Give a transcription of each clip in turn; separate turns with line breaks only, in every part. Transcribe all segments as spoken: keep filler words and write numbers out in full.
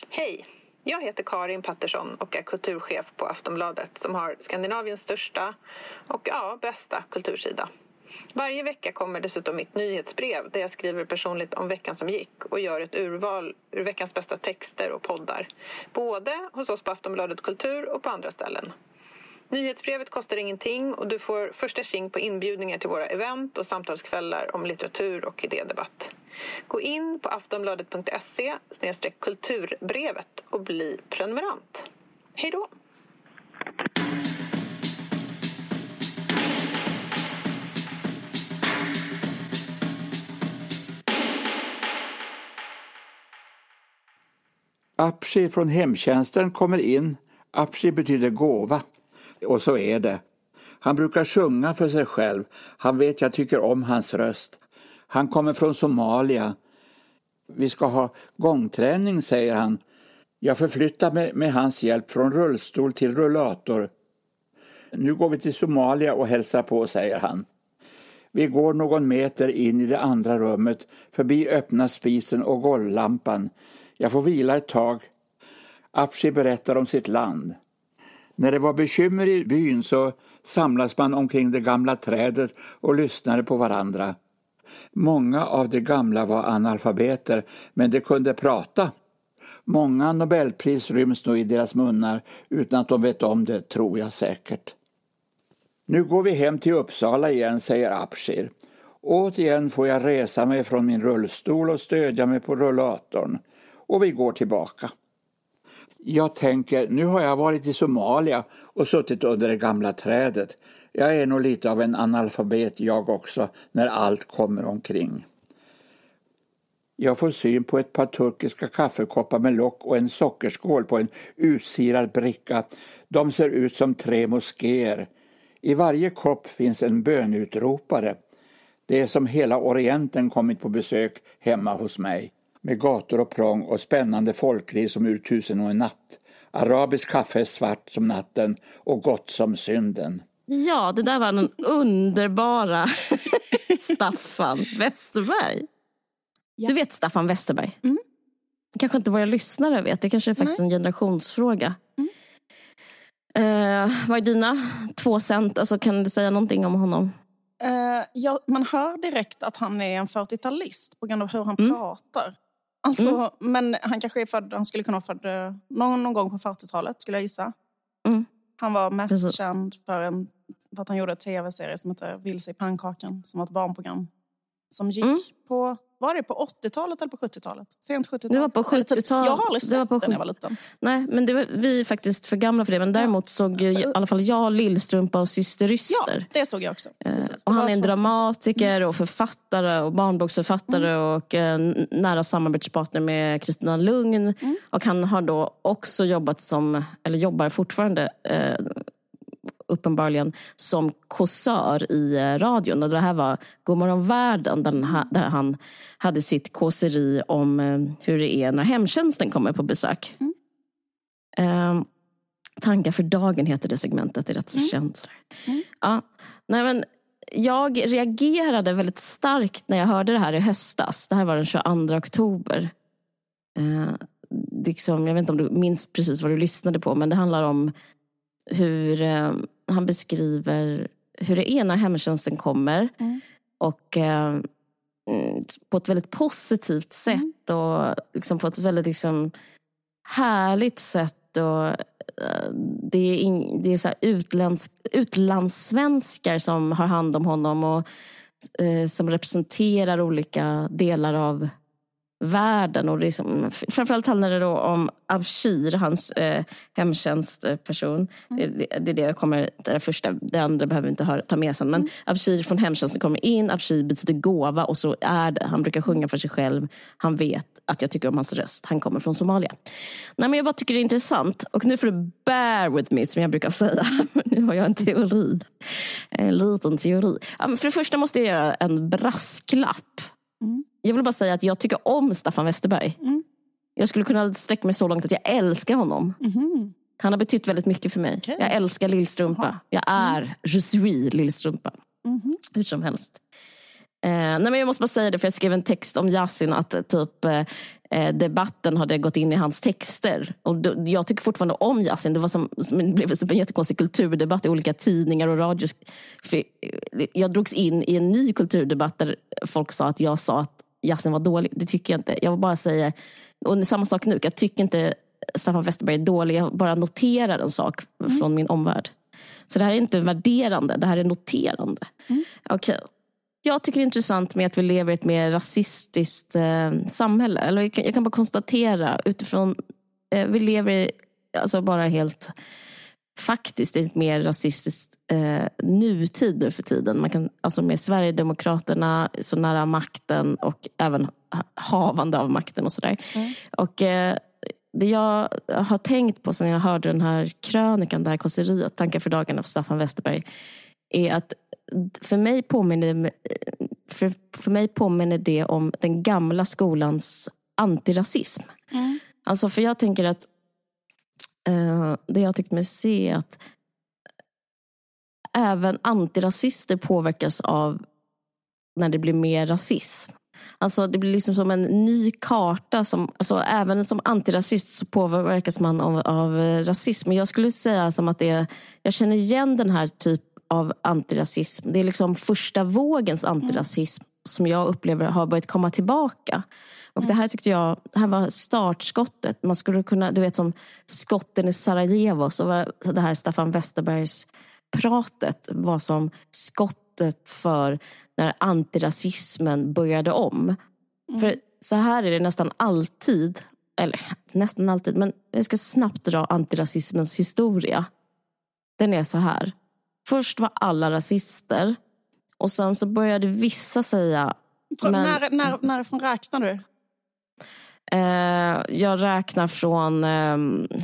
Hej, jag heter Karin Pattersson och är kulturchef på Aftonbladet som har Skandinaviens största och ja, bästa kultursida. Varje vecka kommer dessutom mitt nyhetsbrev där jag skriver personligt om veckan som gick och gör ett urval ur veckans bästa texter och poddar. Både hos oss på Aftonbladet Kultur och på andra ställen. Nyhetsbrevet kostar ingenting och du får första tjing på inbjudningar till våra event och samtalskvällar om litteratur och idédebatt. Gå in på aftonbladet punkt se slash kulturbrevet och bli prenumerant. Hej då!
Apshi från hemtjänsten kommer in. Apshi betyder gåva. Och så är det. Han brukar sjunga för sig själv. Han vet jag tycker om hans röst. Han kommer från Somalia. Vi ska ha gångträning, säger han. Jag förflyttar mig med hans hjälp från rullstol till rullator. Nu går vi till Somalia och hälsar på, säger han. Vi går någon meter in i det andra rummet, förbi öppna spisen och golvlampan. Jag får vila ett tag. Apshi berättar om sitt land. När det var bekymmer i byn så samlas man omkring det gamla trädet och lyssnade på varandra. Många av de gamla var analfabeter, men de kunde prata. Många Nobelpris ryms nog i deras munnar utan att de vet om det, tror jag säkert. Nu går vi hem till Uppsala igen, säger Apshir. Återigen får jag resa mig från min rullstol och stödja mig på rullatorn. Och vi går tillbaka. Jag tänker, nu har jag varit i Somalia och suttit under det gamla trädet. Jag är nog lite av en analfabet jag också när allt kommer omkring. Jag får syn på ett par turkiska kaffekoppar med lock och en sockerskål på en utsirad bricka. De ser ut som tre moskéer. I varje kopp finns en bönutropare. Det är som hela Orienten kommit på besök hemma hos mig. Med gator och prång och spännande folkliv som ur tusen och en natt. Arabisk kaffe är svart som natten och gott som synden.
Ja, det där var den underbara Staffan Westerberg. Ja. Du vet Staffan Westerberg? Mm. Kanske inte våra lyssnare vet. Det kanske är faktiskt Nej. en generationsfråga. Mm. Eh, vad är dina två cent? Alltså, kan du säga någonting om honom?
Uh, ja, man hör direkt att han är en fyrtiotalist på grund av hur han mm. pratar. Alltså, mm. Men han kanske är född, han skulle kunna vara född någon, någon gång på fyrtiotalet, skulle jag gissa. Mm. Han var mest Precis. känd för, en, för att han gjorde en tv-serie som heter Vilse i pannkakan, som var ett barnprogram som gick mm. på, var det på åttiotalet eller på sjuttiotalet? Sent sjuttiotal.
Det var på sjuttiotalet.
Jag har aldrig sett det, var på när jag var liten.
Nej, men det var, vi är faktiskt för gamla för det. Men däremot såg ja, för... i alla fall jag Lillstrumpa och Syster Yster.
Ja, det såg jag också.
Precis, och han är en dramatiker mm. och författare och barnboksförfattare mm. och en nära samarbetspartner med Kristina Lugn. Mm. Och han har då också jobbat som, eller jobbar fortfarande eh, uppenbarligen som kåsör i radion. Och det här var Godmorgon Världen där han, där han hade sitt kåseri om hur det är när hemtjänsten kommer på besök. Mm. Eh, Tankar för dagen heter det segmentet, det är rätt så mm. känt. Mm. Ja, nej men jag reagerade väldigt starkt när jag hörde det här i höstas. Det här var den tjugoandra oktober. Eh, liksom, jag vet inte om du minns precis vad du lyssnade på, men det handlar om hur eh, han beskriver hur det är när hemtjänsten kommer mm. och eh, på ett väldigt positivt sätt mm. och liksom på ett väldigt liksom härligt sätt och eh, det är, in, det är så här utländsk, utlandssvenskar som har hand om honom och eh, som representerar olika delar av världen och det är som, framförallt handlar det då om Abshir, hans eh, hemtjänstperson. Mm. Det, det är det jag kommer, det första, det andra behöver vi inte höra, ta med sen. Men mm. Abshir från hemtjänsten kommer in, Abshir betyder gåva och så är det. Han brukar sjunga för sig själv. Han vet att jag tycker om hans röst. Han kommer från Somalia. Nej, men jag bara tycker det är intressant. Och nu får du bear with me, som jag brukar säga. Nu har jag en teori. En liten teori. Ja, men för det första måste jag göra en brasklapp. Mm. Jag vill bara säga att jag tycker om Staffan Westerberg. Mm. Jag skulle kunna sträcka mig så långt att jag älskar honom. Mm. Han har betytt väldigt mycket för mig. Okay. Jag älskar Lillstrumpa. Jag är, mm. je suis Lillstrumpa. Mm. Hur som helst. Eh, nej men jag måste bara säga det, för jag skrev en text om Yasin att typ eh, debatten hade gått in i hans texter. Och då, jag tycker fortfarande om Yasin. Det var som, som det blev en jättekonstig kulturdebatt i olika tidningar och radio. För jag drogs in i en ny kulturdebatt där folk sa att jag sa att Yasin var dålig. Det tycker jag inte. Jag vill bara säga, och samma sak nu, jag tycker inte Staffan Westerberg är dålig. Jag bara noterar en sak mm. från min omvärld. Så det här är inte värderande, det här är noterande. Mm. Okej. Okay. Jag tycker det är intressant med att vi lever i ett mer rasistiskt eh, samhälle. Eller jag kan, jag kan bara konstatera utifrån, eh, vi lever i, alltså bara helt faktiskt i ett mer rasistiskt eh, nutid nu för tiden. Man kan, alltså med Sverigedemokraterna så nära makten och även havande av makten och sådär. Mm. Och eh, det jag har tänkt på sen jag hörde den här krönikan, det här kåseriet, tankar för dagen av Staffan Westerberg, är att för mig påminner, för, för mig påminner det om den gamla skolans antirasism. Mm. Alltså för jag tänker att uh, det jag tyckte mig se är att även antirasister påverkas av när det blir mer rasism. Alltså det blir liksom som en ny karta. Som, alltså även som antirasist så påverkas man av, av rasism. Men jag skulle säga som att det är, jag känner igen den här typ av antirasism. Det är liksom första vågens antirasism mm. som jag upplever har börjat komma tillbaka. Och mm. det här tyckte jag, det här var startskottet. Man skulle kunna, du vet som skotten i Sarajevo, så var det här Staffan Westerbergs pratet var som skottet för när antirasismen började om. Mm. För så här är det nästan alltid, eller nästan alltid, men jag ska snabbt dra antirasismens historia. Den är så här. Först var alla rasister och sen så började vissa säga...
Men, när, när, närifrån räknar du?
Eh, jag räknar från... Eh,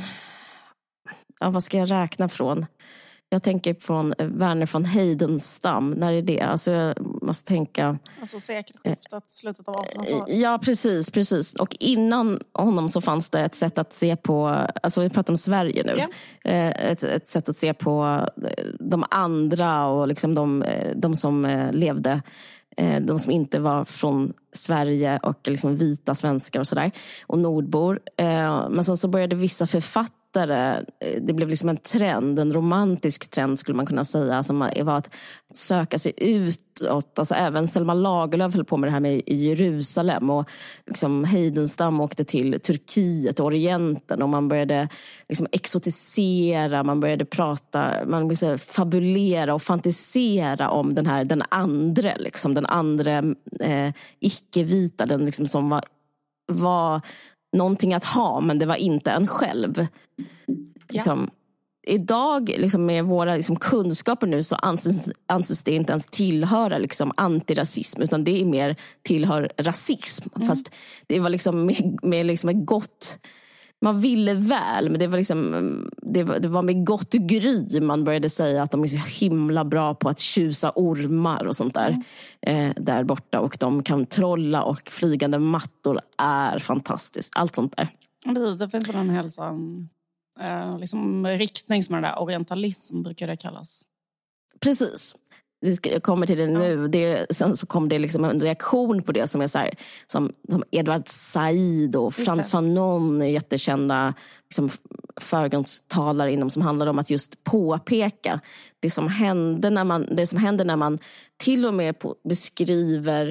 ja, vad ska jag räkna från? Jag tänker från Verner von Heidenstam. När är det? Alltså jag måste tänka...
Alltså sekelskiftet, eh, slutet av artonhundratalet.
Ja, precis, precis. Och innan honom så fanns det ett sätt att se på... Alltså vi pratar om Sverige nu. Yeah. Eh, ett, ett sätt att se på de andra och liksom de, de som levde... De som inte var från Sverige och liksom vita svenskar och sådär. Och nordbor. Men sen så började vissa författare, det blev liksom en trend, en romantisk trend skulle man kunna säga, som var att söka sig utåt. Alltså även Selma Lagerlöf höll på med det här med i Jerusalem, och liksom Heidenstam åkte till Turkiet och Orienten, och man började liksom exotisera, man började prata, man började fabulera och fantisera om den här, den andra, liksom den andra eh, icke-vita, den liksom som var, var någonting att ha, men det var inte en själv. Liksom, ja. Idag liksom, med våra liksom, kunskaper nu så anses, anses det inte ens tillhöra liksom, antirasism, utan det är mer tillhör rasism. Mm. Fast det var liksom med, med liksom ett gott... Man ville väl, men det var liksom det var, det var med gott gry man började säga att de är så himla bra på att tjusa ormar och sånt där mm. eh, där borta, och de kan trolla och flygande mattor är fantastiskt, allt sånt där.
Precis, det finns väl en hel sån eh, liksom riktning som är det där, orientalism brukar det kallas.
Precis. Jag kommer till det nu. Det, sen så kom det liksom en reaktion på det som är så här, som, som Edward Said och Frans Fanon är jättekända liksom, förgrundstalare inom, som handlar om att just påpeka det som händer när man, det som händer när man till och med på, beskriver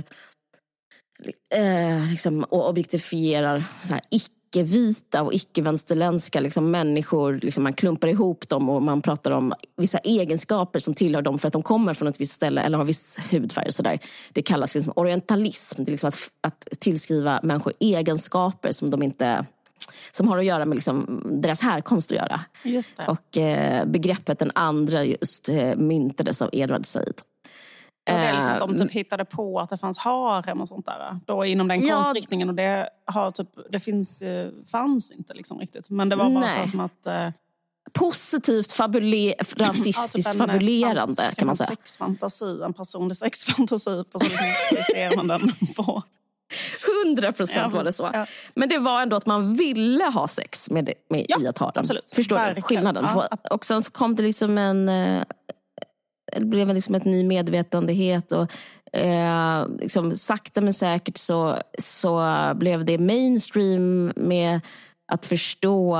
eh, liksom, och objektifierar så här, icke-vita och icke-vänsterländska liksom, människor. Liksom, man klumpar ihop dem och man pratar om vissa egenskaper som tillhör dem för att de kommer från ett visst ställe eller har viss hudfärg. Så där. Det kallas liksom orientalism. Det är liksom att, att tillskriva människor egenskaper som de inte... som har att göra med liksom deras härkomst att göra.
Just det.
Och eh, begreppet den andra just eh, myntades av Edward Said.
Det är liksom att de typ hittade på att det fanns harem och sånt där. Då inom den ja, konstriktningen. Och det, har typ, det finns, fanns inte liksom riktigt. Men det var bara nej. så som att... Eh,
positivt fabule, rasistiskt ja, typ en, fabulerande fans, kan man säga.
En sexfantasi, en personlig sexfantasi. På så ser man den på...
Hundra procent var det så. Ja. Men det var ändå att man ville ha sex med, med
ja,
i att ha den.
Absolut.
Förstår Verkligen. du skillnaden? Ja. Och sen så kom det liksom en... Det blev liksom ett ny medvetenhet och eh, liksom, sakta men säkert så, så blev det mainstream med att förstå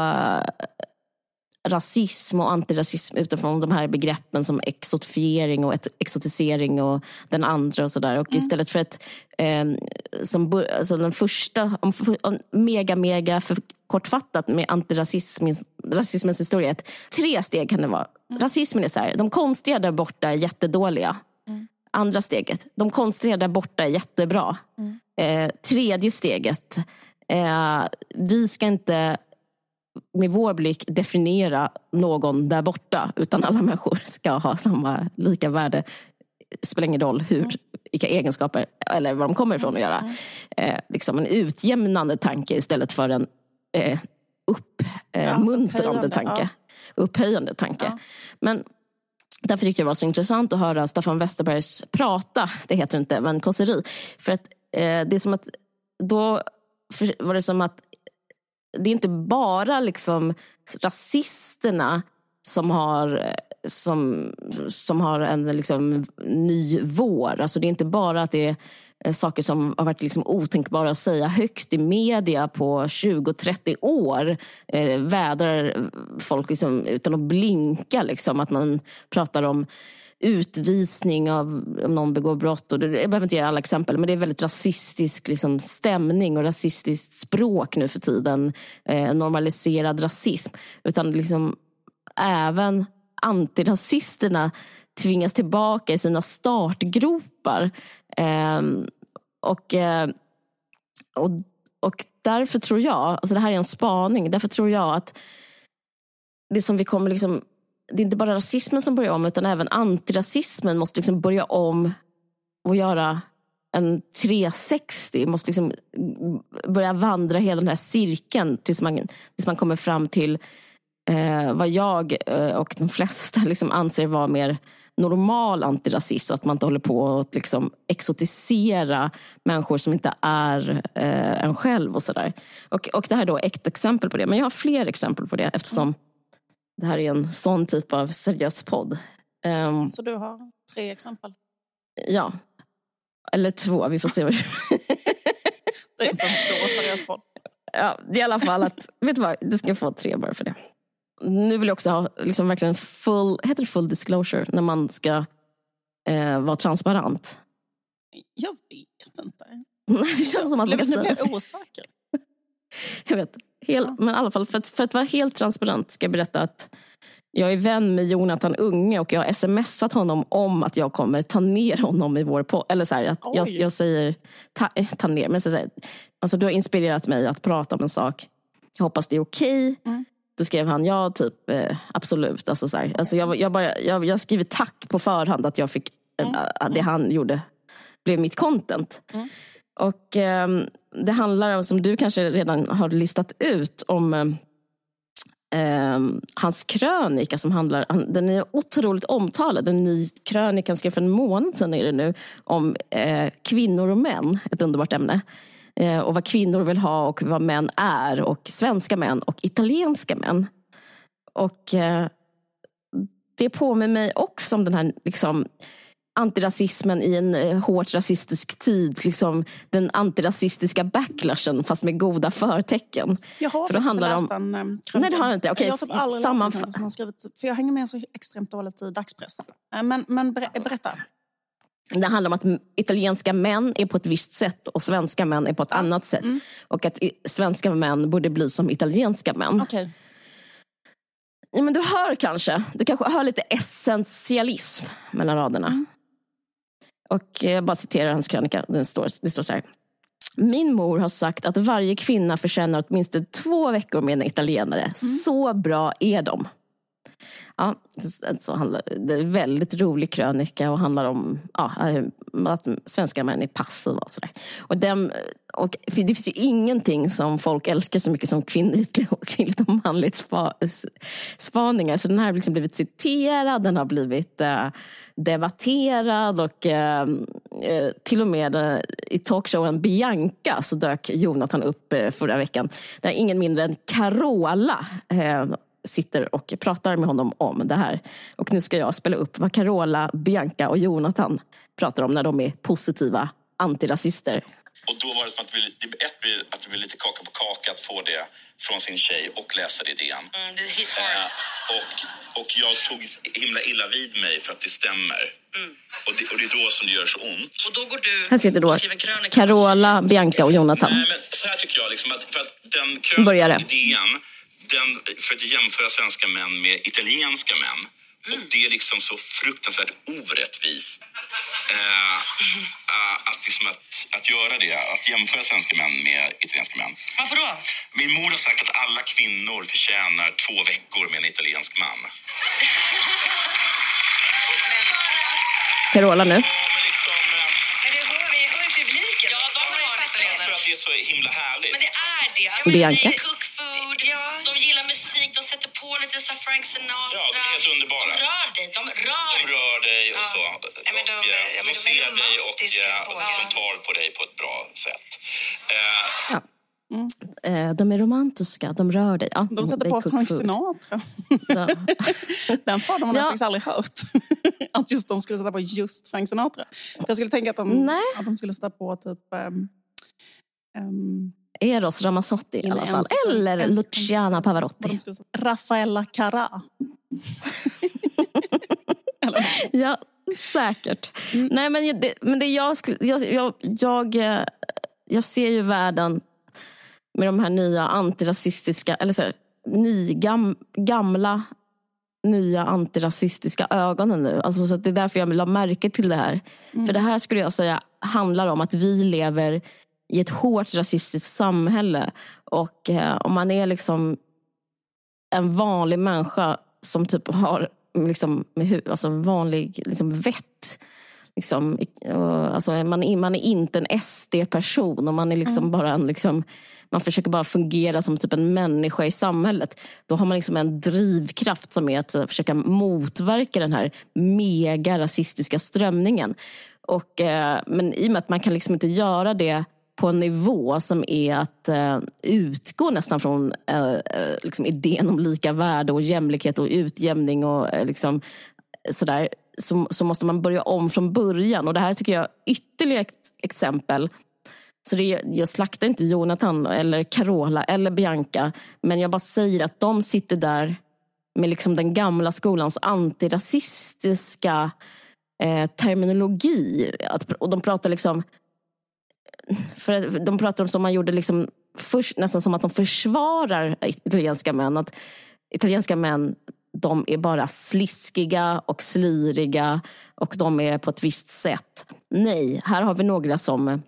rasism och antirasism utifrån de här begreppen som exotifiering och exotisering och den andra och sådär. Och mm. istället för att eh, som, alltså den första, om, om mega mega för kortfattat med antirasismens rasismens historia, ett, tre steg kan det vara. Mm. Rasismen är så här, de konstiga där borta är jättedåliga. Mm. Andra steget, de konstiga där borta är jättebra. Mm. Eh, tredje steget, eh, vi ska inte med vår blick definiera någon där borta, utan alla människor ska ha samma lika värde. Spelar ingen roll hur, vilka egenskaper eller var de kommer ifrån att göra. Mm. Eh, liksom en utjämnande tanke istället för en eh, uppmuntrande eh, tanke. Ja. Upphöjande tanke. Ja. Men därför tycker jag det var så intressant att höra Staffan Westerbergs prata, det heter inte, men kåseri. För att eh, det är som att då var det som att det är inte bara liksom rasisterna som har som, som har en liksom ny vår. Alltså det är inte bara att det är saker som har varit liksom otänkbara att säga högt i media på tjugo trettio år. Eh, vädrar folk liksom utan att blinka liksom, att man pratar om utvisning av om någon begår brott, och det, jag behöver inte ge alla exempel, men det är väldigt rasistisk liksom, stämning och rasistiskt språk nu för tiden, eh, normaliserad rasism, utan liksom även antirasisterna tvingas tillbaka i sina startgropar, eh, och, eh, och och därför tror jag, alltså det här är en spaning, därför tror jag att det som vi kommer liksom, det är inte bara rasismen som börjar om, utan även antirasismen måste liksom börja om och göra en trehundrasextio, måste liksom börja vandra hela den här cirkeln tills man, tills man kommer fram till eh, vad jag eh, och de flesta liksom anser vara mer normal antirasism, att man inte håller på att liksom exotisera människor som inte är eh, en själv och sådär. Och, och det här är då ett exempel på det, men jag har fler exempel på det eftersom det här är en sån typ av seriös podd. Um,
Så du har tre exempel?
Ja. Eller två, vi får se vad
det är inte en så seriös podd.
Ja, det är i alla fall att, vet du vad, du ska få tre bara för det. Nu vill jag också ha liksom verkligen full, heter det full disclosure, när man ska eh, vara transparent.
Jag vet inte.
Nej, det känns jag, som att man kan säga.
Nu blir jag osäker.
Jag vet, hel, men i alla fall för att, för att vara helt transparent ska jag berätta att jag är vän med Jonathan Unge och jag har smsat honom om att jag kommer ta ner honom i vår podd. Eller så här, att jag, jag säger ta, ta ner, men så säger, alltså du har inspirerat mig att prata om en sak. Jag hoppas det är okej. Okay. Mm. Då skrev han, ja typ eh, absolut. Alltså, så här, alltså, jag, jag, bara, jag, jag skriver tack på förhand att jag fick eh, mm. det han gjorde blev mitt content. Mm. Och eh, det handlar om, som du kanske redan har listat ut, om eh, hans krönika som handlar, han, den är otroligt omtalad, en ny krönika han skrev för en månad sedan är det nu, om eh, kvinnor och män, ett underbart ämne. Eh, och vad kvinnor vill ha och vad män är, och svenska män och italienska män. Och eh, det påminner mig också om den här liksom antirasismen i en eh, hårt rasistisk tid, liksom den antirasistiska backlashen fast med goda förtecken.
Jag har
för då handlar
läst
om...
en um,
Nej, det har jag inte. Okej,
jag har aldrig
sammanf-
läst en som har skrivit, för jag hänger med så extremt dåligt i dagspress. Men, men ber- berätta.
Det handlar om att italienska män är på ett visst sätt och svenska män är på ett ja. annat sätt. Mm. Och att svenska män borde bli som italienska män.
Okej. Okay.
Ja, men du hör kanske, du kanske hör lite essentialism mellan raderna. Mm. Och jag bara citerar hans krönika. Den står, det står så här. Min mor har sagt att varje kvinna förtjänar åtminstone två veckor med en italienare. Mm. Så bra är de. Ja, så handlar, det är en väldigt rolig krönika och handlar om ja, att svenska män är passiva och sådär. Och, dem, och det finns ju ingenting som folk älskar så mycket som kvinnligt, kvinnligt och manligt spa, spaningar. Så den här har liksom blivit citerad, den har blivit äh, debatterad och äh, till och med äh, i talkshowen Bianca så dök Jonathan upp äh, förra veckan. Där ingen mindre än Carola äh, sitter och pratar med honom om det här. Och nu ska jag spela upp vad Carola, Bianca och Jonathan pratar om när de är positiva antirasister.
Och då var det som att det blir, ett blir att det blir lite kaka på kaka att få det från sin tjej och läsa det i D N.
Mm, det
eh, och, och jag tog himla illa vid mig för att det stämmer. Mm. Och, det, och det är då som det gör så ont.
Och då går du
här sitter då Carola, Bianca och Jonathan.
Nej, men så här tycker jag liksom att, för att den krönikan i D N, den, för att jämföra svenska män med italienska män. Mm. Och det är liksom så fruktansvärt orättvist eh, äh, att, liksom att, att göra det, att jämföra svenska män med italienska män.
Varför då?
Min mor har sagt att alla kvinnor förtjänar två veckor med en italiensk man.
Carola nu.
Ja, men liksom...
Men det hör vi, hör i publiken. Ja, de har ju
för att det är så himla härligt.
Men det är det. Alltså,
Bianca.
det är cook food. Ja. De gillar musik, de sätter på lite så Frank Sinatra.
Ja, de är helt underbara.
De rör dig, de rör,
de rör dig och
ja.
så.
Ja, men de,
och,
ja,
de,
men
de
de
ser dig och
ja,
de tar på dig på ett bra sätt. Uh,
ja. Mm. Eh, de är romantiska, de rör dig. Ja,
de sätter på Frank Sinatra. Den får de har ja. faktiskt aldrig hört. Att just de skulle sätta på just Frank Sinatra. Jag skulle tänka att de, att de skulle sätta på typ... Um, um,
Eros Ramazzotti i alla fall. Eller en, Luciana Pavarotti.
Raffaella Carrà.
Ja, säkert. Mm. Nej, men det, men det jag, skulle, jag, jag, jag, jag ser ju världen med de här nya antirasistiska, eller så här, ny, gam, gamla nya antirasistiska ögonen nu. Alltså, så att det är därför jag vill ha märke till det här. Mm. För det här skulle jag säga handlar om att vi lever i ett hårt rasistiskt samhälle. Och eh, om man är liksom en vanlig människa som typ har liksom, alltså en vanlig liksom, vett. Liksom, och, alltså, man, är, man är inte en S D-person och man är liksom mm. bara en... Liksom, man försöker bara fungera som typ en människa i samhället. Då har man liksom en drivkraft som är att försöka motverka den här mega rasistiska strömningen. Och, eh, men i och med att man kan liksom inte göra det på en nivå som är att eh, utgå nästan från eh, liksom idén om lika värde och jämlikhet och utjämning och eh, liksom sådär, så, så måste man börja om från början. Och det här tycker jag är ytterligare ett exempel. Så det, jag slaktar inte Jonathan eller Carola eller Bianca, men jag bara säger att de sitter där med liksom den gamla skolans antirasistiska eh, terminologi. Att, och de pratar liksom för de pratar om som man gjorde liksom först, nästan som att de försvarar italienska män. Att italienska män, de är bara sliskiga och sliriga och de är på ett visst sätt. Nej, här har vi några som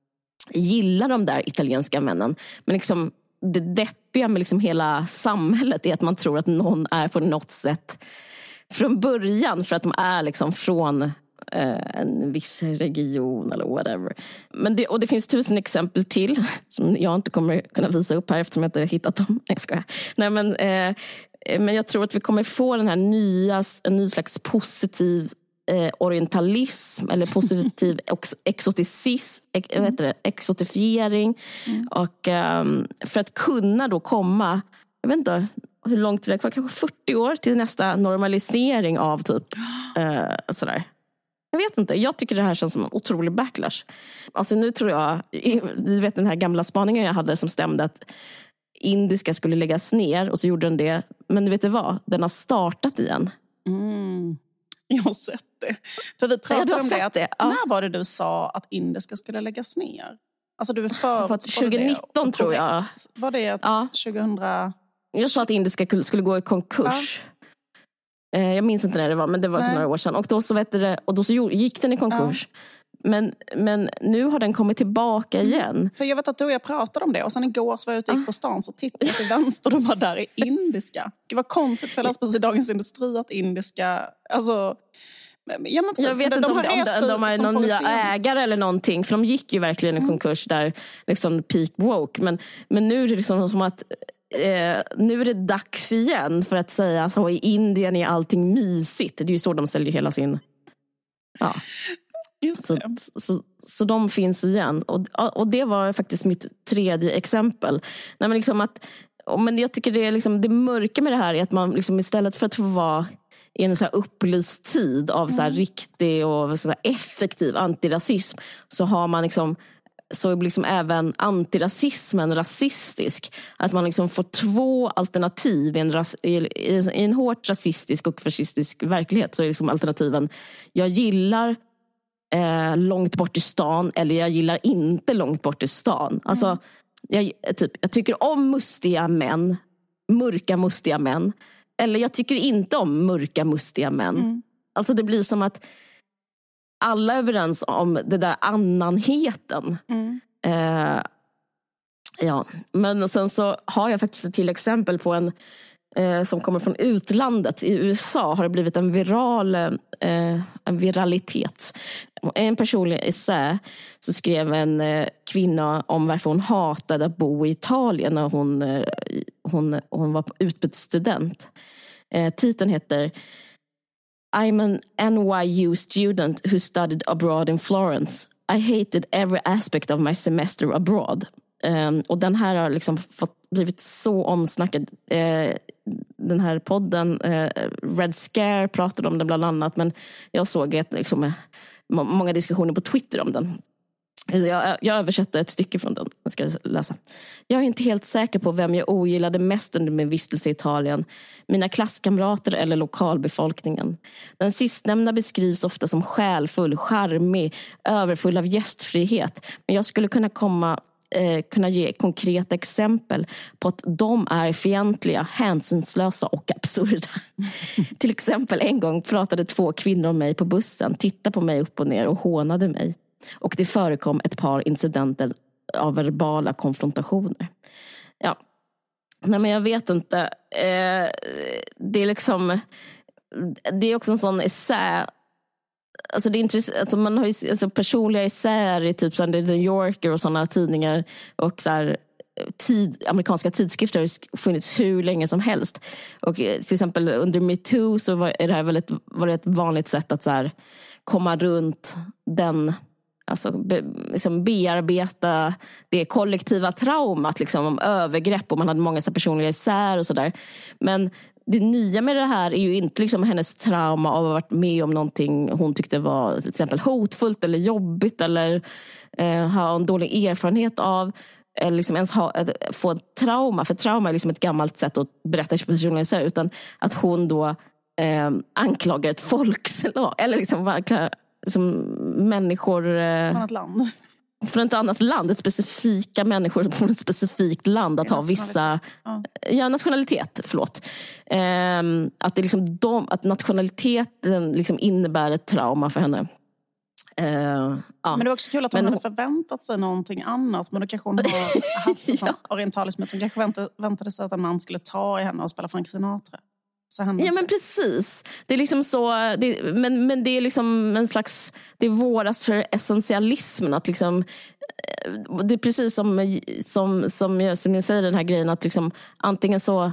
gillar de där italienska männen. Men liksom det deppiga med liksom hela samhället är att man tror att någon är på något sätt från början för att de är liksom från eh, en viss region eller whatever. Men det, och det finns tusen exempel till som jag inte kommer kunna visa upp här eftersom jag inte har hittat dem. Nej, ska jag. Nej, men, eh, men jag tror att vi kommer få den här nya, en ny slags positiv Eh, orientalism eller positiv exoticism, ex, vad heter det, exotifiering mm. och um, för att kunna då komma, jag vet inte hur långt det var, kanske fyrtio år till nästa normalisering av typ uh, sådär. Jag vet inte, jag tycker det här känns som en otrolig backlash. Alltså nu tror jag, du vet den här gamla spaningen jag hade som stämde att indiska skulle läggas ner och så gjorde den det, men du vet det vad, den har startat igen.
Mm. Jag har sett det. För vi pratade ja, om det. Att, det. Ja. När var det du sa att indiska skulle läggas ner? Alltså du är för...
tjugonitton tror jag.
Var det att ja. tjugohundra...
Jag sa att indiska skulle gå i konkurs. Ja. Jag minns inte när det var, men det var Nej. några år sedan. Och då så, vet det, och då så gick den i konkurs. Ja. Men, men nu har den kommit tillbaka igen. Mm.
För jag vet att du och jag pratade om det. Och sen igår så var jag ute och gick på stan så tittade jag till vänster och de var där i indiska. Det var konstigt för jag läste på Dagens Industri att indiska... Alltså, ja, men precis,
jag vet
de,
inte
de
om de, de, de har någon nya ägare eller någonting. För de gick ju verkligen i konkurs mm. där. Liksom peak woke. Men, men nu är det liksom som att... Eh, nu är det dags igen för att säga alltså, i Indien är allting mysigt. Det är ju så de säljer hela sin... Ja. Så, så, så de finns igen. Och, och det var faktiskt mitt tredje exempel. Nej, men liksom att, men jag tycker det, är liksom, det mörka med det här är att man liksom, istället för att få vara i en så här upplyst tid av så här mm. riktig och så här effektiv antirasism, så har man liksom så är liksom även antirasismen rasistisk. Att man liksom får två alternativ i en, ras, i, i en hårt rasistisk och fascistisk verklighet. Så är liksom alternativen: jag gillar eh, långt bort i stan, eller jag gillar inte långt bort i stan. Mm. Alltså, jag, typ, jag tycker om mustiga män, mörka mustiga män, eller jag tycker inte om mörka mustiga män. Mm. Alltså det blir som att alla är överens om det där annanheten. Mm. Eh, ja, men sen så har jag faktiskt ett till exempel på en eh, som kommer från utlandet. I U S A har det blivit en viral eh, en viralitet. En personlig essä så skrev en eh, kvinna om varför hon hatade att bo i Italien när hon, eh, hon, hon var utbytesstudent. Eh, titeln heter I'm an N Y U student who studied abroad in Florence. I hated every aspect of my semester abroad. Um, och den här har liksom fått, blivit så omsnackad. Uh, den här podden, uh, Red Scare, pratade om den bland annat. Men jag såg ett, liksom, många diskussioner på Twitter om den. Jag, jag översätter ett stycke från den. Jag ska läsa. Jag är inte helt säker på vem jag ogillade mest under min vistelse i Italien. Mina klasskamrater eller lokalbefolkningen. Den sistnämnda beskrivs ofta som själfull, charmig, överfull av gästfrihet. Men jag skulle kunna komma eh, kunna ge konkreta exempel på att de är fientliga, hänsynslösa och absurda. Till exempel en gång pratade två kvinnor om mig på bussen, tittade på mig upp och ner och hånade mig. Och det förekom ett par incidenter av verbala konfrontationer. Ja, nej men jag vet inte. Eh, det är liksom, det är också en sån essä. Alltså det är intressant, alltså man har ju alltså personliga essäer i typ så The New Yorker och sådana tidningar och så här, tid, amerikanska tidskrifter har funnits hur länge som helst. Och till exempel under Me Too så var det här väldigt, var det ett vanligt sätt att så här, komma runt den, alltså be, liksom bearbeta det kollektiva traumat liksom, om övergrepp, och man hade många så personliga essäer och sådär. Men det nya med det här är ju inte liksom hennes trauma av att ha varit med om någonting hon tyckte var till exempel hotfullt eller jobbigt eller eh, ha en dålig erfarenhet av, eller liksom ens ha, få ett trauma, för trauma är liksom ett gammalt sätt att berätta personliga essäer, utan att hon då eh, anklagar ett folkslag eller liksom som människor eh,
från ett land.
Från ett annat land, ett specifika människor från ett specifikt land att ha vissa ja. ja nationalitet, förlåt. Um, att det liksom de, att nationaliteten liksom innebär ett trauma för henne. Uh, ja.
Men det är också kul att hon men, hade förväntat sig någonting annat, men då kanske hon har haft en sån ja. orientalism, hon kanske väntade, väntade sig att en man skulle ta i henne och spela Frank Sinatra.
Ja men precis. Det är liksom så det, men, men det är liksom en slags, det våras för essentialismen att liksom, det är precis som som, som, jag, som jag säger den här grejen att liksom, antingen så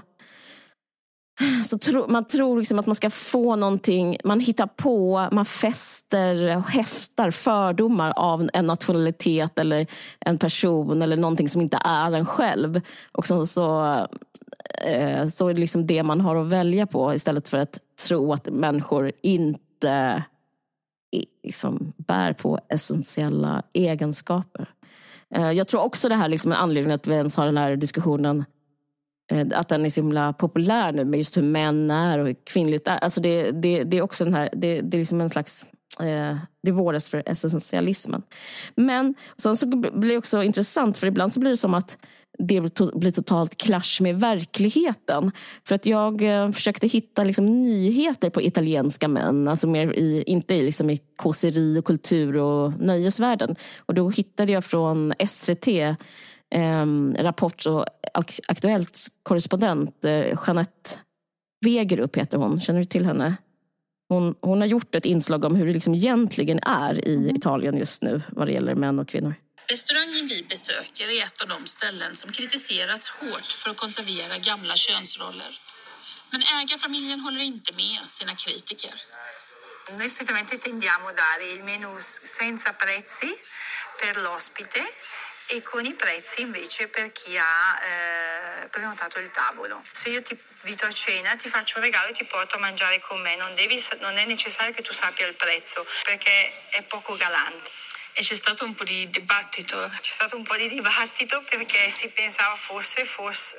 så tro, man tror liksom att man ska få någonting, man hittar på, man fäster och häftar fördomar av en nationalitet eller en person eller någonting som inte är en själv, och så, så så är det liksom det man har att välja på, istället för att tro att människor inte liksom bär på essentiella egenskaper. Jag tror också det här liksom är anledningen att vi ens har den här diskussionen, att den är så himla populär nu med just hur män är och hur kvinnligt är. Alltså det, det, det är också den här, det, det är liksom en slags, det våras för essentialismen. Men sen så blir det också intressant, för ibland så blir det som att det blir totalt clash med verkligheten. För att jag eh, försökte hitta liksom nyheter på italienska män, alltså mer i, inte i, liksom i kåseri och kultur och nöjesvärlden. Och då hittade jag från S V T eh, Rapport och Aktuellt korrespondent eh, Jeanette Wegerup heter hon. Känner du till henne? Hon, hon har gjort ett inslag om hur det liksom egentligen är i mm. Italien just nu vad det gäller män och kvinnor.
Restaurangen vi besöker är ett av de ställen som kritiserats hårt för att konservera gamla könsroller. Men ägarfamiljen håller inte med sina kritiker.
Noi solitamente tendiamo a dare il menù senza prezzi per l'ospite e con i prezzi invece per chi ha eh, prenotato il tavolo. Se io ti invito a cena, ti faccio un regalo e ti porto a mangiare con me, non, devi, non è necessario che tu sappia il prezzo perché è poco galante.
E c'è stato un po' di dibattito.
C'è stato un po' di dibattito perché si pensava fosse, fosse,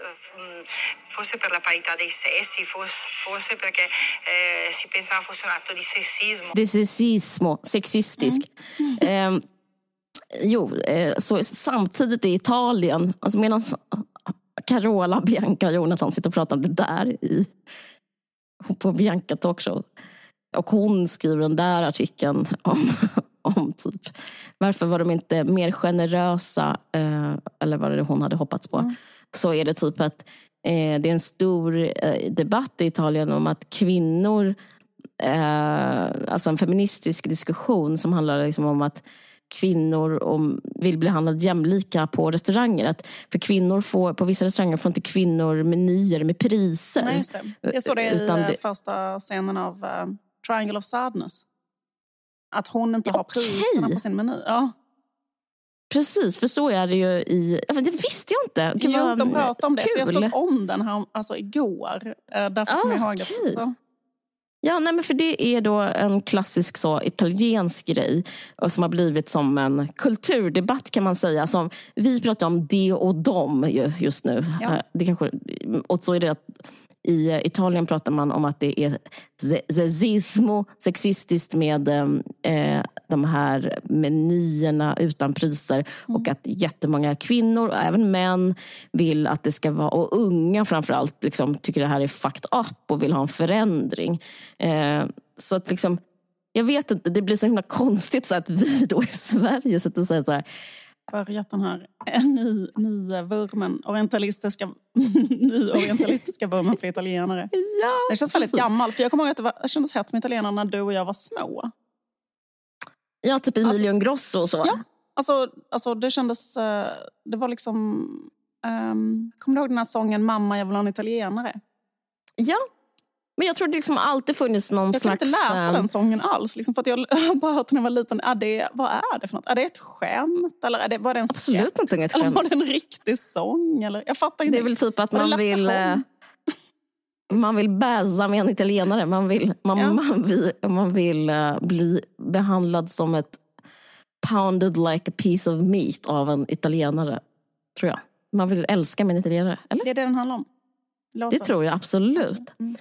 fosse per la parità dei sessi, fosse, fosse perché eh, si pensava fosse un atto di sessismo.
Det är sexismo, sexistisk. Mm. Eh, jo, eh, så samtidigt i Italien, alltså medan Carola, Bianca och Jonathan sitter och pratar om det där i, på Bianca Talkshow. Och hon skriver den där artikeln om... om typ, varför var de inte mer generösa eh, eller vad det hon hade hoppats på, mm. så är det typ att eh, det är en stor eh, debatt i Italien om att kvinnor eh, alltså en feministisk diskussion som handlar liksom om att kvinnor om, vill bli handlade jämlika på restauranger, att för kvinnor får, på vissa restauranger får inte kvinnor menyer med priser.
Nej, just det. Jag såg det i det... första scenen av uh, Triangle of Sadness. Att hon inte ja, har priserna okay. på sin meny. Ja.
Precis, för så är det ju i... Det visste jag inte.
Gud, jo, de pratade om det. För jag såg om den här alltså, igår. Därför
ah,
kommer jag ihåg
okay.
det.
Ja, nej, men för det är då en klassisk så, italiensk grej. Och som har blivit som en kulturdebatt kan man säga. Som, vi pratar om det och dem just nu. Ja. Det kanske, och så är det att i Italien pratar man om att det är sexismo, sexistiskt med eh, de här menyerna utan priser. Mm. Och att jättemånga kvinnor och även män vill att det ska vara, och unga framförallt liksom, tycker det här är fucked up och vill ha en förändring. Eh, så att liksom, jag vet inte, det blir så himla konstigt så att vi då i Sverige sitter och säger så här,
börjat den här ny, ny vurmen, orientalistiska ny orientalistiska vurmen för italienare.
Ja,
det känns väldigt gammalt, för jag kommer ihåg att det, var, det kändes hett med italienarna när du och jag var små.
Ja, typ Emilio alltså, Grosso och så.
Ja, alltså, alltså det kändes, det var liksom, um, kommer du ihåg den här sången Mamma, jag vill ha en italienare?
Ja. Men jag tror det liksom alltid funnits någon
jag
slags...
Jag kan inte läsa den sången alls. Liksom, för att jag bara hört när jag var liten. Är det, vad är det för något? Är det ett skämt? Eller är det, var det en
Absolut skrätt? Inte ett skämt.
Eller var det en riktig sång? Eller, jag fattar inte.
Det är väl typ att man vill... Man vill bäsa med en italienare. Man vill, man, ja. man vill, man vill uh, bli behandlad som ett pounded like a piece of meat av en italienare. Tror jag. Man vill älska med en italienare. Eller?
Det är det den handlar om.
Låter. Det tror jag absolut. Mm.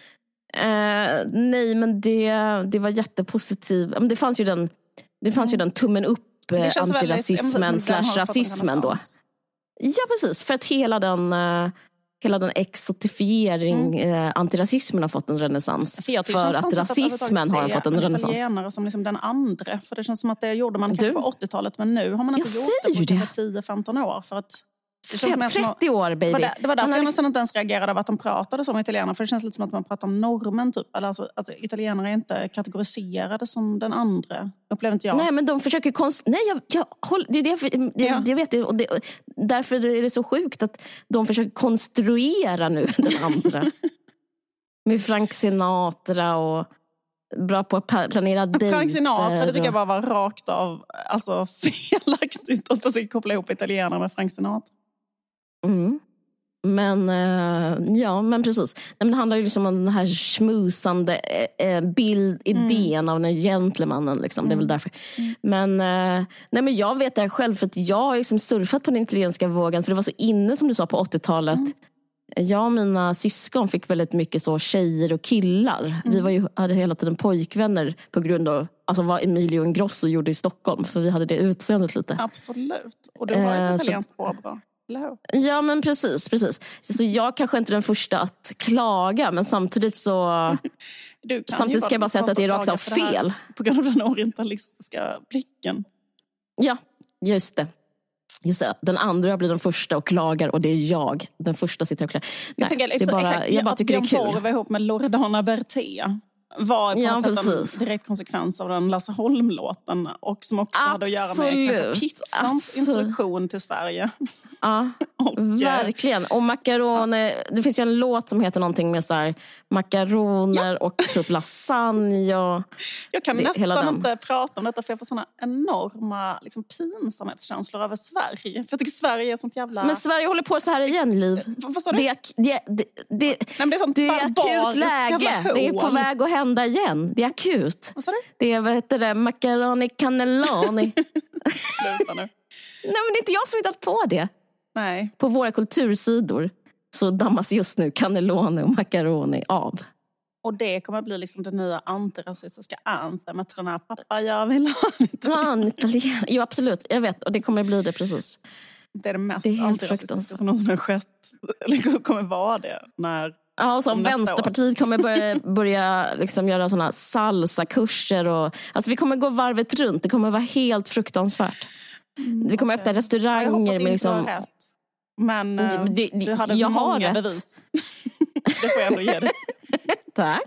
Uh, nej, men det, det var jättepositivt. Men det fanns ju den, det fanns mm. ju den tummen upp uh, antirasismen slash rasismen då. Ja, precis. För att hela den, uh, hela den exotifiering mm. uh, antirasismen har fått en renässans. För, för att rasismen har fått en renässans.
Italienare som liksom den andra. För det känns som att det gjorde man kanske på åttiotalet. Men nu har man inte jag gjort det på tio femton år. För att
Fem, trettio år, baby.
Det var, där, det var därför jag nästan inte ens reagerade av att de pratade som italienare. För det känns lite som att man pratar om normen typ. Alltså, att italienare är inte kategoriserade som den andra. Upplever inte jag.
Nej, men de försöker konst... Nej, jag, jag, håll... det är därför, jag, ja. jag vet det, och det. Därför är det så sjukt att de försöker konstruera nu den andra. Med Frank Sinatra och bra på att planera dejter.
Frank Sinatra, det tycker jag bara var rakt av alltså, felaktigt att försöka koppla ihop italienare med Frank Sinatra.
Mm. Men uh, ja, men precis. Nej, men det handlar ju liksom om den här smusande uh, bildidén mm. av den gentlemannen liksom. Mm. Det är väl därför. Mm. Men uh, nej, men jag vet det själv för att jag har liksom surfat på den italienska vågen, för det var så inne som du sa på åttiotalet. Mm. Jag och mina syskon fick väldigt mycket så tjejer och killar. Mm. Vi var ju, hade hela tiden pojkvänner på grund av alltså, vad Emilio Grosso gjorde i Stockholm, för vi hade det utseendet lite.
Absolut. Och det var ett italienskt påbrå.
Ja, men precis, precis. Så jag kanske inte är den första att klaga, men samtidigt så samtidigt ska jag bara säga att det är rakt av fel.
På grund av den orientalistiska blicken.
Ja, just det. Just det. Den andra blir den första och klagar, och det är jag. Den första sitter och klagar. Nej,
jag tänker,
det är bara,
exakt,
jag bara tycker det är kul.
Jag var ihop med Loredana Berté. var på
Ja,
något sätt
precis.
en direkt konsekvens av den Lasse Holm-låten. Och som också hade att göra med kanske pizzans introduktion till Sverige.
Ja,
och,
verkligen. Och macaroni, ja. Det finns ju en låt som heter någonting med så här makaroner ja. och typ lasagne. Och
jag kan
det,
nästan inte prata om detta för jag får såna enorma liksom, pinsamhetskänslor över Sverige. För jag tycker Sverige är sånt jävla...
Men Sverige håller på så här igen, Liv.
Vad sa du?
Det är, det, det, det,
Nej, det är, sånt
det är akut läge. Det är på väg att hända igen. Det är akut.
Vad sa du?
Det är, vad heter det, macaroni cannelloni.
Sluta nu.
Nej, men det är inte jag som hittat på det.
Nej.
På våra kultursidor så dammas just nu cannelloni och macaroni av.
Och det kommer att bli liksom det nya antirasistiska anthemet till den här pappa, jag vill ha en
italienare. Italien. Jo, absolut. Jag vet. Och det kommer bli det precis.
Det är det mest det är antirasistiska som någonsin har skett. Eller kommer vara det när...
Ja, och så Vänsterpartiet kommer börja, börja liksom göra såna salsa-kurser. Och, alltså vi kommer gå varvet runt. Det kommer vara helt fruktansvärt. Mm, vi kommer okay. öppna restauranger. Jag hoppas
inte
med liksom...
du har rätt. Men det, det,
du
hade
jag
många
har rätt.
bevis. Det får jag ändå ge dig.
Tack.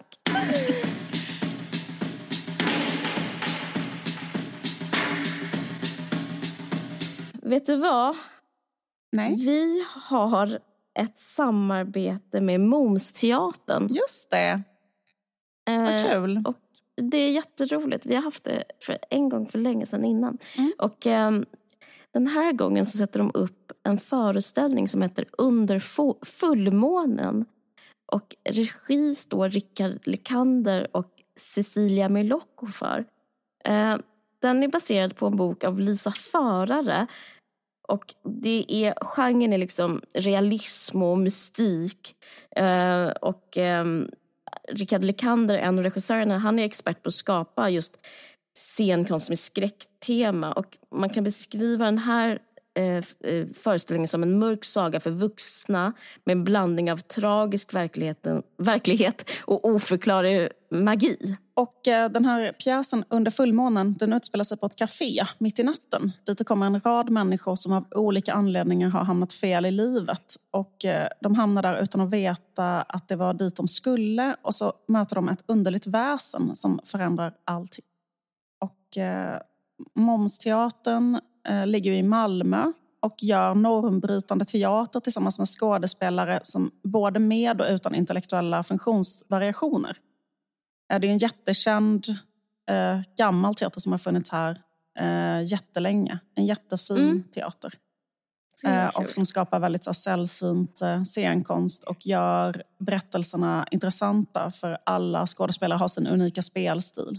Vet du vad?
Nej.
Vi har ett samarbete med Momsteatern.
Just det.
Eh,
vad kul.
Och det är jätteroligt. Vi har haft det för en gång för länge sedan innan. Mm. Och eh, den här gången så sätter de upp en föreställning som heter Under fullmånen. Och regi står Rickard Lekander och Cecilia Milocco för. Eh, den är baserad på en bok av Lisa Förare. Och det är, genren är liksom realism och mystik. Eh, och eh, Rickard Lekander, en av regissörerna, han är expert på att skapa just scenkonst med skräcktema. Och man kan beskriva den här eh, föreställningen som en mörk saga för vuxna med en blandning av tragisk verklighet och oförklarlig magi.
Och eh, den här pjäsen Under fullmånen, den utspelar sig på ett café mitt i natten. Dit det kommer en rad människor som av olika anledningar har hamnat fel i livet. Och eh, de hamnar där utan att veta att det var dit de skulle. Och så möter de ett underligt väsen som förändrar allting. Och eh, Momsteatern eh, ligger i Malmö och gör normbrytande teater tillsammans med skådespelare som både med och utan intellektuella funktionsvariationer. Det är en jättekänd eh, gammal teater som har funnits här eh, jättelänge. En jättefin mm. teater. Eh, och som skapar väldigt så, sällsynt eh, scenkonst och gör berättelserna intressanta för alla skådespelare har sin unika spelstil.